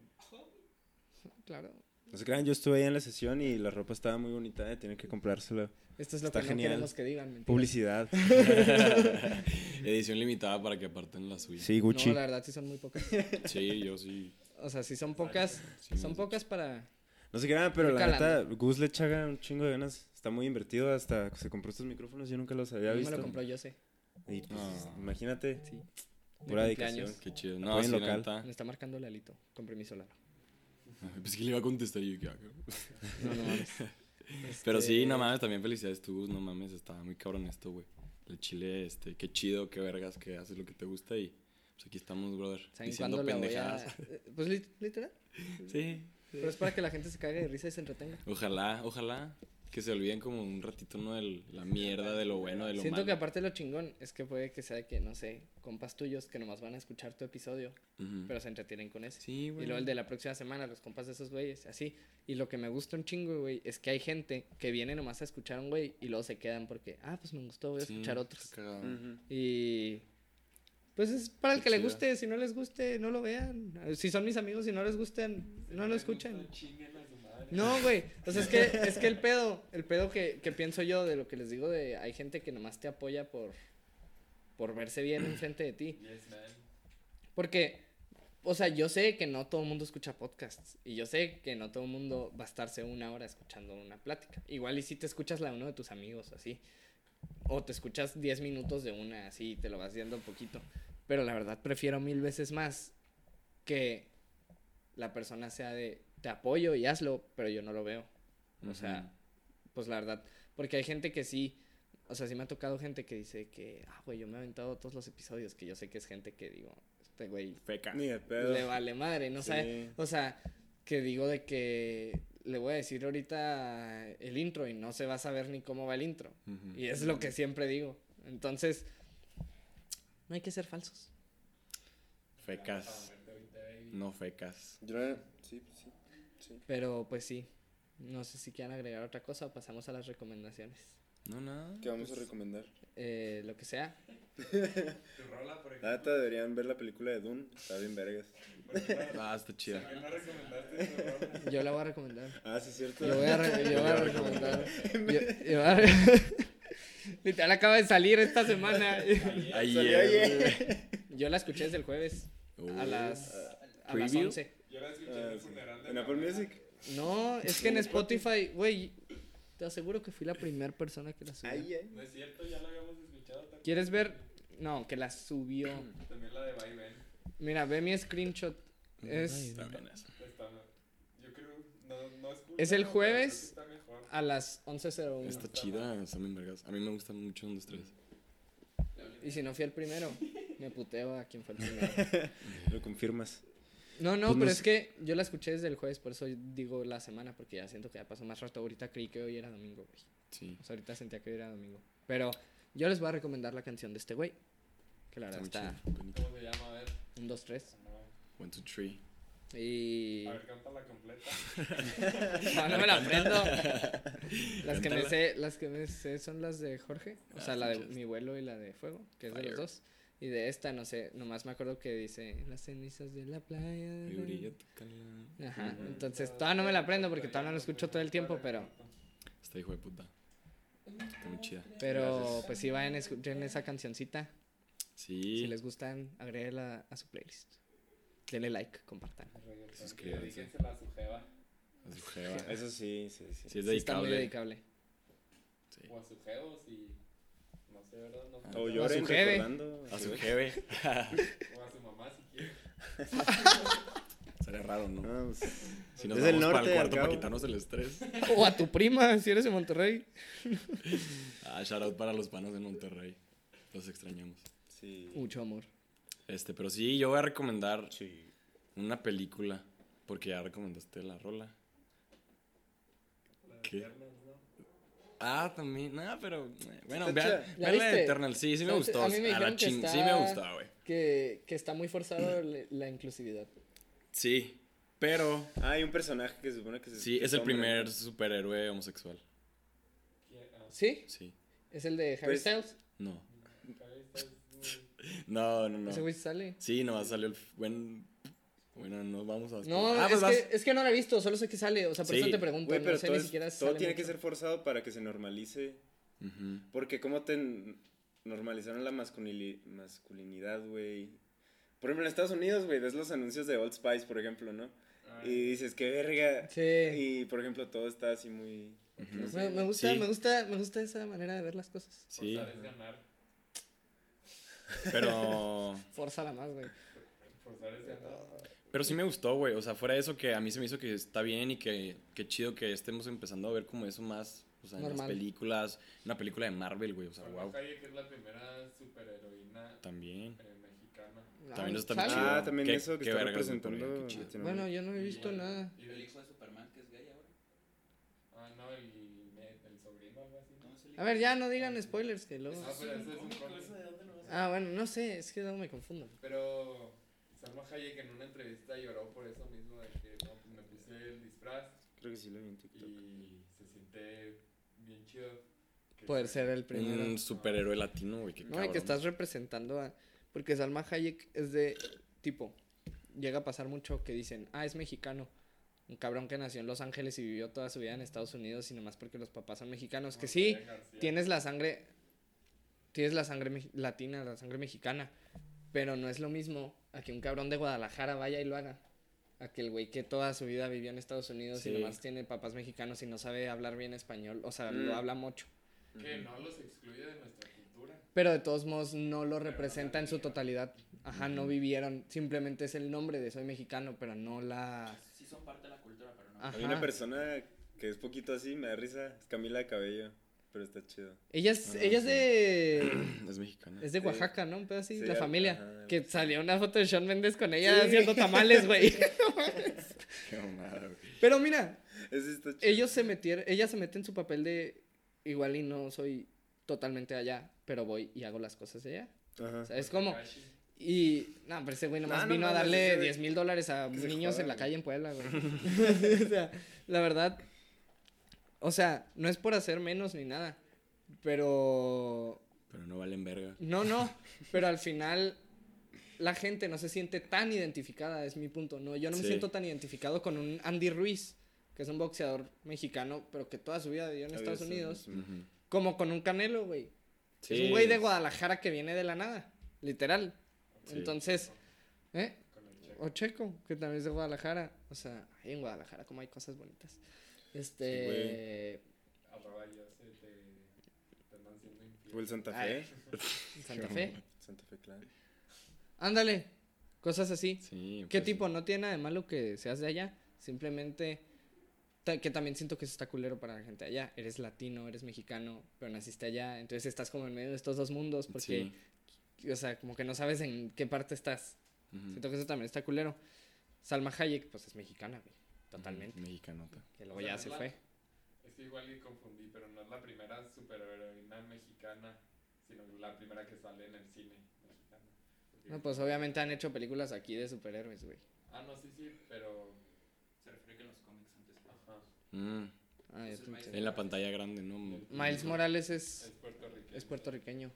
Speaker 1: Claro.
Speaker 4: No se crean, yo estuve ahí en la sesión y la ropa estaba muy bonita, tienen que comprársela.
Speaker 1: Esto es lo
Speaker 4: Está
Speaker 1: que
Speaker 4: genial.
Speaker 1: no queremos que digan. mentiras.
Speaker 4: Publicidad.
Speaker 2: Edición limitada para que aparten la suya.
Speaker 4: Sí, Gucci.
Speaker 1: No, la verdad sí son muy pocas.
Speaker 2: Sí, yo sí.
Speaker 1: O sea, sí son pocas.
Speaker 2: Sí,
Speaker 1: Son
Speaker 2: me-
Speaker 1: pocas para...
Speaker 4: No se crean, pero
Speaker 1: Estoy
Speaker 4: la neta,
Speaker 1: calando.
Speaker 4: Gus le echa un chingo de ganas. Está muy invertido, hasta se compró estos micrófonos, yo nunca los había
Speaker 1: No me
Speaker 4: visto.
Speaker 1: lo compró yo sé.
Speaker 4: Y pues,
Speaker 2: Ah.
Speaker 4: imagínate,
Speaker 1: Sí.
Speaker 4: pura
Speaker 1: De
Speaker 4: dedicación.
Speaker 1: cumpleaños.
Speaker 2: Qué chido. No,
Speaker 4: Apoyen
Speaker 2: sí,
Speaker 4: local.
Speaker 2: neta.
Speaker 1: Me está marcando Lalito con permiso Lalo.
Speaker 2: Pensé que le iba a contestar y yo, ¿qué hago?
Speaker 1: No mames.
Speaker 2: Pero sí,
Speaker 1: Este,
Speaker 2: no mames, también felicidades tú, no mames, estaba muy cabrón esto, güey. El chile, qué chido, qué vergas, que haces lo que te gusta y pues aquí estamos, brother,
Speaker 1: ¿Saben
Speaker 2: diciendo
Speaker 1: cuándo la voy a...?
Speaker 2: pendejadas.
Speaker 1: Pues literal.
Speaker 2: Sí.
Speaker 1: Pero es para que la gente se cague de risa y se entretenga.
Speaker 2: Ojalá que se olviden como un ratito, ¿no? De la mierda, de lo bueno, de lo
Speaker 1: Siento
Speaker 2: malo.
Speaker 1: que aparte lo chingón es que puede que sea de que, no sé, compas tuyos que nomás van a escuchar tu episodio,
Speaker 2: Ujú.
Speaker 1: pero se entretienen con ese.
Speaker 2: Sí, güey.
Speaker 1: Y luego el de la próxima semana, los compas de esos güeyes, así. Y lo que me gusta un chingo, güey, es que hay gente que viene nomás a escuchar a un güey y luego se quedan porque, pues me gustó, voy a
Speaker 2: Sí,
Speaker 1: escuchar otros.
Speaker 2: está cagado.
Speaker 4: Ujú.
Speaker 1: Y pues es para el
Speaker 2: Qué
Speaker 1: que le
Speaker 2: chido.
Speaker 1: guste, si no les guste, no lo vean. Si son mis amigos y no les gustan, no lo escuchen.
Speaker 5: Chinguen a su madre.
Speaker 1: No, güey. O sea, es que el pedo que pienso yo de lo que les digo de hay gente que nomás te apoya por verse bien enfrente de ti.
Speaker 5: Yes, man.
Speaker 1: Porque, o sea, yo sé que no todo el mundo escucha podcasts. Y yo sé que no todo el mundo va a estarse una hora escuchando una plática. Igual y si te escuchas la de uno de tus amigos, así. O te escuchas 10 minutos de una, así, te lo vas viendo un poquito. Pero la verdad prefiero 1000 veces más que la persona sea de, te apoyo y hazlo, pero yo no lo veo. O sea, pues la verdad, porque hay gente que sí, o sea, sí me ha tocado gente que dice que, güey, yo me he aventado todos los episodios, que yo sé que es gente que digo, este güey
Speaker 2: Feca.
Speaker 4: Ni de pedo.
Speaker 1: le vale madre, no
Speaker 4: Sí.
Speaker 1: sabe, o sea, que digo de que le voy a decir ahorita el intro y no se va a saber ni cómo va el intro.
Speaker 2: Ujú.
Speaker 1: Y es lo que siempre digo. Entonces, no hay que ser falsos.
Speaker 2: Fecas. No fecas.
Speaker 4: Sí, sí, sí.
Speaker 1: Pero pues sí, no sé si quieran agregar otra cosa o pasamos a las recomendaciones.
Speaker 2: No, nada.
Speaker 4: ¿Qué vamos a recomendar?
Speaker 1: Lo que sea.
Speaker 5: Tu rola, por
Speaker 4: La neta, deberían ver la película de Dune, está bien vergas.
Speaker 2: Está chida.
Speaker 5: ¿Por qué no recomendaste tu rola?
Speaker 1: Yo la voy a recomendar.
Speaker 4: Ah, sí, es cierto.
Speaker 1: Yo voy a recomendar. Yo voy a Literal acaba de salir esta semana.
Speaker 2: Ayer.
Speaker 1: Yo la escuché desde el jueves a las
Speaker 2: Preview.
Speaker 1: 11.
Speaker 5: Yo la escuché en el funeral de
Speaker 4: ¿En
Speaker 5: mi
Speaker 4: Apple
Speaker 5: abuela.
Speaker 4: Music?
Speaker 1: No, es que en Spotify, güey, te aseguro que fui la primera persona que la subió.
Speaker 5: No es cierto, ya la habíamos escuchado también.
Speaker 1: ¿Quieres ver? No, que la subió.
Speaker 5: También la de Bye Ben.
Speaker 1: Mira, ve mi screenshot. Es
Speaker 2: También eso.
Speaker 5: Yo creo, no escucho.
Speaker 1: Es el
Speaker 5: pero
Speaker 1: jueves.
Speaker 5: creo que está mejor.
Speaker 1: a las 11:01.
Speaker 2: Está chida, está bien vergas. A mí me gustan mucho 1, 2, 3.
Speaker 1: Y si no fui el primero, me puteo a quien fue el primero.
Speaker 4: Lo confirmas.
Speaker 1: No,
Speaker 2: Pues no
Speaker 1: pero
Speaker 2: sé.
Speaker 1: es que yo la escuché desde el jueves, por eso digo la semana, porque ya siento que ya pasó más rato. Ahorita creí que hoy era domingo, güey.
Speaker 2: Sí.
Speaker 1: O sea, ahorita sentía que hoy era domingo. Pero yo les voy a recomendar la canción de este güey. Que la verdad
Speaker 2: Está muy
Speaker 1: está
Speaker 2: chido. Bonito.
Speaker 5: ¿Cómo se llama? A ver.
Speaker 1: 1, 2, 3.
Speaker 2: 1, 2, 3.
Speaker 1: Y.
Speaker 5: A ver, cántala completa.
Speaker 1: No, no me la aprendo. Las que me sé son las de Jorge. O sea, la de mi vuelo y la de Fuego, que es de los
Speaker 2: Fire.
Speaker 1: dos. Y de esta, no sé, nomás me acuerdo que dice las cenizas de la playa.
Speaker 2: Y brilla tu cala.
Speaker 1: Ajá, entonces todavía no me la aprendo porque todavía no la escucho todo el tiempo, pero
Speaker 2: Está hijo de puta. Está muy chida.
Speaker 1: pues sí, vayan, escuchen esa cancioncita.
Speaker 2: Sí.
Speaker 1: Si les gustan, agréguela a su playlist. Denle like, compartan.
Speaker 2: Suscríbanse.
Speaker 5: Dedíquensela a su jeva.
Speaker 2: A su jeva.
Speaker 4: Eso sí.
Speaker 2: Sí, es
Speaker 1: Sí, está muy
Speaker 2: dedicable.
Speaker 1: dedicable.
Speaker 2: Sí.
Speaker 5: O a su jevo, si. No sé, ¿verdad? No,
Speaker 4: O
Speaker 1: a
Speaker 4: lloren
Speaker 1: su jeve.
Speaker 4: recordando.
Speaker 2: A su
Speaker 4: güey.
Speaker 2: jeve.
Speaker 5: o a su mamá, si quiere.
Speaker 2: Sería raro, ¿no?
Speaker 4: No, pues,
Speaker 2: Si nos
Speaker 4: es del
Speaker 2: vamos para
Speaker 4: norte,
Speaker 2: el
Speaker 4: al
Speaker 2: cuarto para
Speaker 4: cabo.
Speaker 2: quitarnos el estrés.
Speaker 1: O a tu prima, si eres de Monterrey.
Speaker 2: Shout out para los panos de Monterrey. Los extrañamos.
Speaker 4: Sí.
Speaker 1: Mucho amor.
Speaker 2: Pero sí, yo voy a recomendar
Speaker 4: Sí.
Speaker 2: una película. Porque ya recomendaste la rola. ¿Qué? También. Pero. Bueno,
Speaker 4: Está
Speaker 2: vean
Speaker 4: chida.
Speaker 1: ¿La
Speaker 2: vean la de
Speaker 1: viste?
Speaker 2: Eternal. Sí, me
Speaker 1: ¿Sabes?
Speaker 2: gustó.
Speaker 1: A mí me
Speaker 2: la
Speaker 1: dijeron que
Speaker 2: Sí
Speaker 1: está-
Speaker 2: me gustó, güey.
Speaker 1: Que está muy forzado la inclusividad.
Speaker 2: Sí, pero.
Speaker 4: Hay un personaje que se supone que
Speaker 2: Sí, es el primer superhéroe homosexual.
Speaker 1: ¿Sí?
Speaker 2: Sí.
Speaker 1: ¿Es el de Harry
Speaker 4: Pues-
Speaker 1: Styles?
Speaker 2: No. No.
Speaker 1: Ese güey sale.
Speaker 2: Sí, nomás salió el. Bueno, no vamos a.
Speaker 1: No,
Speaker 2: pues vas.
Speaker 1: es que no la he visto, solo sé que sale. O sea, por
Speaker 2: Sí.
Speaker 1: eso te pregunto.
Speaker 4: Güey, pero
Speaker 1: no sé
Speaker 4: todo,
Speaker 1: ni siquiera si
Speaker 4: todo
Speaker 1: sale
Speaker 4: tiene que
Speaker 1: mucho.
Speaker 4: ser forzado para que se normalice.
Speaker 2: Ujú.
Speaker 4: Porque como te normalizaron la masculinidad, güey. Por ejemplo, en Estados Unidos, güey, ves los anuncios de Old Spice, por ejemplo, ¿no? Y dices, qué verga.
Speaker 1: Sí.
Speaker 4: Y, por ejemplo, todo está así muy...
Speaker 2: Ujú.
Speaker 4: no sé.
Speaker 1: Me gusta,
Speaker 2: Sí.
Speaker 1: me gusta esa manera de ver las cosas.
Speaker 2: Sí,
Speaker 5: Forzar es ganar.
Speaker 2: pero.
Speaker 1: Fórzala más, güey.
Speaker 5: Forzar es ganar.
Speaker 2: Pero sí me gustó, güey. O sea, fuera de eso que a mí se me hizo que está bien y que chido que estemos empezando a ver como eso más. O sea, en las
Speaker 1: Normal.
Speaker 2: películas. Una película de Marvel, güey. O sea,
Speaker 5: Salma
Speaker 2: wow.
Speaker 5: Hayek es la primera superheroína
Speaker 2: También.
Speaker 5: mexicana.
Speaker 2: También eso está muy
Speaker 1: ¿Sale?
Speaker 2: chido.
Speaker 4: Ah, también
Speaker 2: Qué-
Speaker 4: eso que
Speaker 2: qué
Speaker 4: está
Speaker 2: vergas, güey,
Speaker 4: representando...
Speaker 2: por ahí, qué chido.
Speaker 1: Bueno, yo no he visto nada.
Speaker 6: Y el hijo de Superman, que es gay ahora.
Speaker 5: No, el sobrino, algo así.
Speaker 6: No, es el hijo.
Speaker 1: A ver, ya no digan spoilers que luego.
Speaker 5: Ah, pero ese es un
Speaker 6: cómic,
Speaker 5: cómic.
Speaker 6: ¿eso de dónde lo vas a
Speaker 1: Ah, bueno, no sé, es que no me confundo.
Speaker 5: Pero Salma Hayek en una entrevista lloró por eso mismo, de que no, pues me puse el disfraz
Speaker 4: Creo que sí lo vi en TikTok.
Speaker 5: y se siente bien chido. que
Speaker 1: Poder
Speaker 5: se-
Speaker 1: ser el primero.
Speaker 2: Un superhéroe latino, güey. Qué
Speaker 1: No, y
Speaker 2: cabrón.
Speaker 1: que estás representando a... Porque Salma Hayek es de tipo... Llega a pasar mucho que dicen, es mexicano. Un cabrón que nació en Los Ángeles y vivió toda su vida en Estados Unidos y nomás porque los papás son mexicanos. Que sí,
Speaker 5: Monterrey García.
Speaker 1: tienes la sangre... Tienes la sangre latina, la sangre mexicana. Pero no es lo mismo a que un cabrón de Guadalajara vaya y lo haga. A que el güey que toda su vida vivió en Estados Unidos
Speaker 2: Sí.
Speaker 1: y nomás tiene papás mexicanos y no sabe hablar bien español. O sea,
Speaker 4: Mm.
Speaker 1: lo habla mucho.
Speaker 5: Que no los excluye de nuestra cultura.
Speaker 1: Pero de todos modos no lo representa en su totalidad. Ajá, no vivieron. Simplemente es el nombre de soy mexicano, pero no la...
Speaker 6: Sí son parte de la cultura, pero no.
Speaker 1: Ajá.
Speaker 4: Hay una persona que es poquito así, me da risa, es Camila Cabello, pero está chido.
Speaker 1: Ella es,
Speaker 2: Ah,
Speaker 1: ella es
Speaker 2: sí.
Speaker 1: de...
Speaker 2: Es mexicana.
Speaker 1: Es de
Speaker 4: Sí.
Speaker 1: Oaxaca, ¿no? Un pedo así,
Speaker 4: Sí,
Speaker 1: la familia.
Speaker 4: ajá.
Speaker 1: Que salió una foto de Shawn Mendes con ella
Speaker 4: Sí.
Speaker 1: haciendo tamales, güey.
Speaker 2: Qué mamada, güey.
Speaker 1: Pero mira,
Speaker 4: Ese está chido.
Speaker 1: ella se mete en su papel de... Igual y no soy totalmente allá, pero voy y hago las cosas allá.
Speaker 4: Ajá.
Speaker 1: O sea, es como...
Speaker 5: Takashi.
Speaker 1: Y... No, pero ese güey nomás
Speaker 4: No
Speaker 1: vino a
Speaker 4: mames,
Speaker 1: darle
Speaker 4: ese güey-
Speaker 1: $10,000 a
Speaker 4: que se
Speaker 1: niños
Speaker 4: joda,
Speaker 1: en la
Speaker 4: güey.
Speaker 1: calle en Puebla, güey. O sea, la verdad... O sea, no es por hacer menos ni nada, pero...
Speaker 2: Pero no valen verga.
Speaker 1: No, pero al final la gente no se siente tan identificada, es mi punto, ¿no? Yo no me
Speaker 2: Sí.
Speaker 1: siento tan identificado con un Andy Ruiz, que es un boxeador mexicano, pero que toda su vida vivió en Estados Unidos,
Speaker 2: Ujú.
Speaker 1: como con un Canelo, güey.
Speaker 2: Sí,
Speaker 1: Es un güey de Guadalajara que viene de la nada, literal.
Speaker 2: Sí.
Speaker 1: Entonces,
Speaker 5: Con el checo.
Speaker 1: o Checo, que también es de Guadalajara. O sea, ahí en Guadalajara como hay cosas bonitas.
Speaker 5: Arroba yo te andan siendo infiel.
Speaker 4: O el Santa
Speaker 1: Ay.
Speaker 4: Fe.
Speaker 1: Santa Fe.
Speaker 4: Santa Fe, claro.
Speaker 1: Ándale, cosas así.
Speaker 2: Sí,
Speaker 1: ¿Qué
Speaker 2: pues,
Speaker 1: tipo? No tiene nada de malo que seas de allá. Simplemente que también siento que eso está culero para la gente allá. Eres latino, eres mexicano, pero naciste allá. Entonces estás como en medio de estos dos mundos porque, o sea, como que no sabes en qué parte estás.
Speaker 2: Ujú.
Speaker 1: Siento que eso también está culero. Salma Hayek, pues es mexicana, güey. Totalmente.
Speaker 2: Mexicanota.
Speaker 1: Que luego
Speaker 5: O sea,
Speaker 1: ya
Speaker 5: es
Speaker 1: se
Speaker 5: la-
Speaker 1: fue.
Speaker 5: Es que igual y confundí, pero no es la primera superheroína mexicana, sino la primera que sale en el cine mexicano. Porque-
Speaker 1: No, pues obviamente han hecho películas aquí de superhéroes, güey.
Speaker 5: Ah, no, sí, pero...
Speaker 6: Se refiere que en los cómics antes.
Speaker 5: Ajá,
Speaker 2: Mm,
Speaker 1: Ah, ya
Speaker 6: Eso
Speaker 1: te
Speaker 6: es
Speaker 1: entendí.
Speaker 2: en la pantalla grande, ¿no?
Speaker 1: Miles Morales
Speaker 5: es puertorriqueño.
Speaker 1: es puertorriqueño.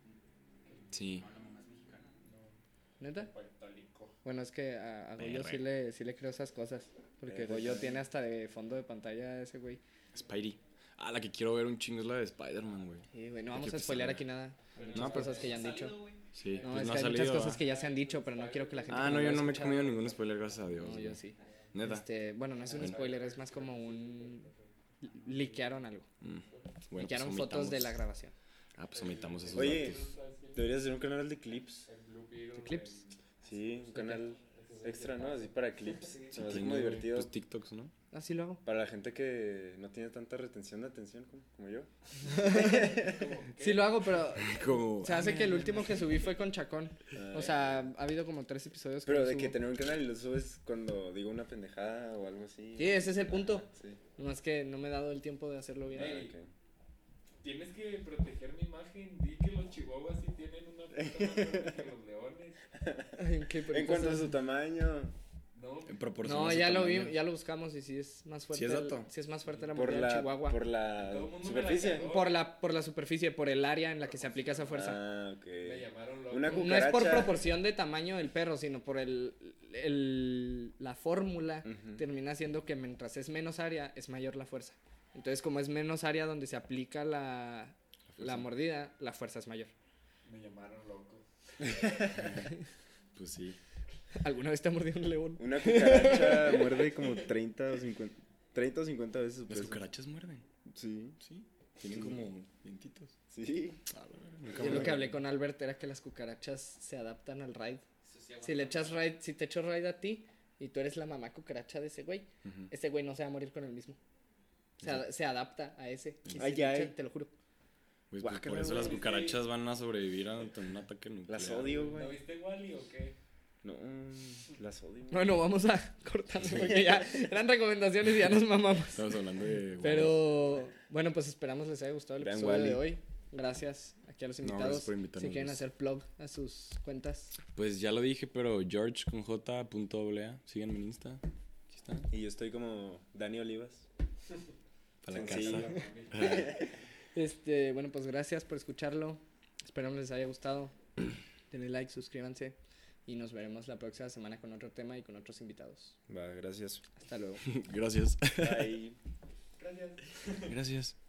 Speaker 2: Sí.
Speaker 6: No, la mamá es mexicana.
Speaker 1: ¿Neta?
Speaker 5: Puerto Rico.
Speaker 1: Bueno, es que a Goyo
Speaker 2: Perre.
Speaker 1: sí le creo esas cosas. Porque Goyo tiene hasta de fondo de pantalla ese güey.
Speaker 2: Spidey. Ah, la que quiero ver un chingo es la de Spider-Man, güey.
Speaker 1: Sí, güey, no
Speaker 2: Hay
Speaker 1: vamos
Speaker 2: que
Speaker 1: a spoilear
Speaker 2: empezar
Speaker 1: aquí nada. Hay muchas
Speaker 2: No, pues-
Speaker 1: cosas que ya han dicho.
Speaker 6: Salido, güey.
Speaker 2: Sí,
Speaker 1: No,
Speaker 2: pues
Speaker 1: es
Speaker 2: no
Speaker 1: que
Speaker 2: ha
Speaker 1: hay muchas
Speaker 2: salido.
Speaker 1: cosas que ya se han dicho, pero no quiero que la gente...
Speaker 2: Ah,
Speaker 1: que
Speaker 2: no,
Speaker 1: lo
Speaker 2: yo
Speaker 1: haya
Speaker 2: no me he
Speaker 1: escuchado-
Speaker 2: comido ningún spoiler, gracias a Dios.
Speaker 1: No,
Speaker 2: güey.
Speaker 1: yo sí.
Speaker 2: Neta.
Speaker 1: Bueno, no es un spoiler, es más como un... Liquearon algo.
Speaker 2: Bueno,
Speaker 1: Liquearon
Speaker 2: pues
Speaker 1: fotos de
Speaker 2: omitamos.
Speaker 1: la grabación.
Speaker 2: Ah, pues omitamos esos
Speaker 4: Oye,
Speaker 2: datos.
Speaker 4: deberías hacer un canal de clips.
Speaker 5: El Blue Beetle,
Speaker 1: ¿De clips?
Speaker 4: Sí, un canal extra, ¿no? Así para clips. Se me hace
Speaker 2: Tiene,
Speaker 4: como divertido.
Speaker 2: Pues TikToks, ¿no?
Speaker 1: Así lo hago.
Speaker 4: Para la gente que no tiene tanta retención de atención como yo.
Speaker 1: Sí lo hago, pero...
Speaker 2: Como...
Speaker 1: Se hace que el último que subí fue con Chacón.
Speaker 4: Ah,
Speaker 1: O sea, ha habido como 3 episodios
Speaker 4: pero
Speaker 1: no
Speaker 4: de que
Speaker 1: subo.
Speaker 4: tener un canal y lo subes cuando digo una pendejada o algo así.
Speaker 1: Sí, ese es el punto.
Speaker 4: Sí.
Speaker 1: Nomás que no me he dado el tiempo de hacerlo bien.
Speaker 5: Ey.
Speaker 4: Ok.
Speaker 5: Tienes que proteger mi imagen. Di que los chihuahuas sí tienen una puta más grande que los leones.
Speaker 1: ¿En qué
Speaker 4: En cuanto a su tamaño,
Speaker 5: No,
Speaker 2: En proporción
Speaker 1: No,
Speaker 2: a su
Speaker 1: ya lo
Speaker 2: tamaño.
Speaker 1: vi, ya lo buscamos y sí es más fuerte.
Speaker 2: ¿Sí es dato?
Speaker 1: Sí es más fuerte la
Speaker 4: por
Speaker 1: mordida del chihuahua.
Speaker 4: por la
Speaker 5: Todo el mundo me la
Speaker 4: superficie.
Speaker 5: cagó.
Speaker 1: Por la superficie, por el área en la que se aplica esa fuerza.
Speaker 4: Ah, ok.
Speaker 5: me llamaron loco.
Speaker 4: Una
Speaker 1: No es por
Speaker 4: cucaracha.
Speaker 1: proporción de tamaño del perro, sino por la fórmula
Speaker 4: Ujú.
Speaker 1: termina siendo que mientras es menos área, es mayor la fuerza. Entonces, como es menos área donde se aplica la mordida, la fuerza es mayor.
Speaker 5: Me llamaron loco.
Speaker 2: Pues sí.
Speaker 1: ¿Alguna vez te ha mordido un león?
Speaker 4: Una cucaracha muerde como 30 o 50 veces su
Speaker 2: Las
Speaker 4: peso.
Speaker 2: cucarachas muerden.
Speaker 4: Sí,
Speaker 2: Sí. Tienen como dientitos.
Speaker 4: sí.
Speaker 1: Yo lo que hablé con Albert era que las cucarachas se adaptan al raid. Si le echas raid, si te echo raid a ti y tú eres la mamá cucaracha de ese güey,
Speaker 2: Ujú.
Speaker 1: ese güey no se va a morir con el mismo. Se adapta a ese. Y
Speaker 4: Ay,
Speaker 1: si te
Speaker 4: ay.
Speaker 1: echa- te lo juro.
Speaker 2: Pues,
Speaker 4: Guácala,
Speaker 2: por eso las
Speaker 5: güey.
Speaker 2: cucarachas van a sobrevivir ante un ataque nuclear.
Speaker 4: Las odio,
Speaker 5: ¿No
Speaker 4: güey.
Speaker 5: viste Wally o qué?
Speaker 4: No, las odio.
Speaker 1: Bueno, vamos a cortar porque ya eran recomendaciones y ya nos mamamos.
Speaker 2: Estamos hablando de...
Speaker 1: Pero bueno, pues esperamos les haya gustado el
Speaker 4: Vean
Speaker 1: episodio de
Speaker 4: Wall-E.
Speaker 1: hoy. Gracias aquí a los
Speaker 2: No,
Speaker 1: invitados.
Speaker 2: gracias por
Speaker 1: Si
Speaker 2: invitarnos,
Speaker 1: quieren
Speaker 2: Luis.
Speaker 1: hacer plug a sus cuentas.
Speaker 2: Pues ya lo dije, pero George con J.A. Síganme en Insta. Aquí está.
Speaker 4: Y yo estoy como Dani Olivas.
Speaker 2: Para la
Speaker 4: Sencillo.
Speaker 2: casa.
Speaker 1: Bueno, pues gracias por escucharlo. Esperamos les haya gustado. Denle like, suscríbanse y nos veremos la próxima semana con otro tema y con otros invitados.
Speaker 4: Va, gracias.
Speaker 1: Hasta luego.
Speaker 2: Gracias.
Speaker 4: Bye.
Speaker 5: Gracias.
Speaker 2: Gracias.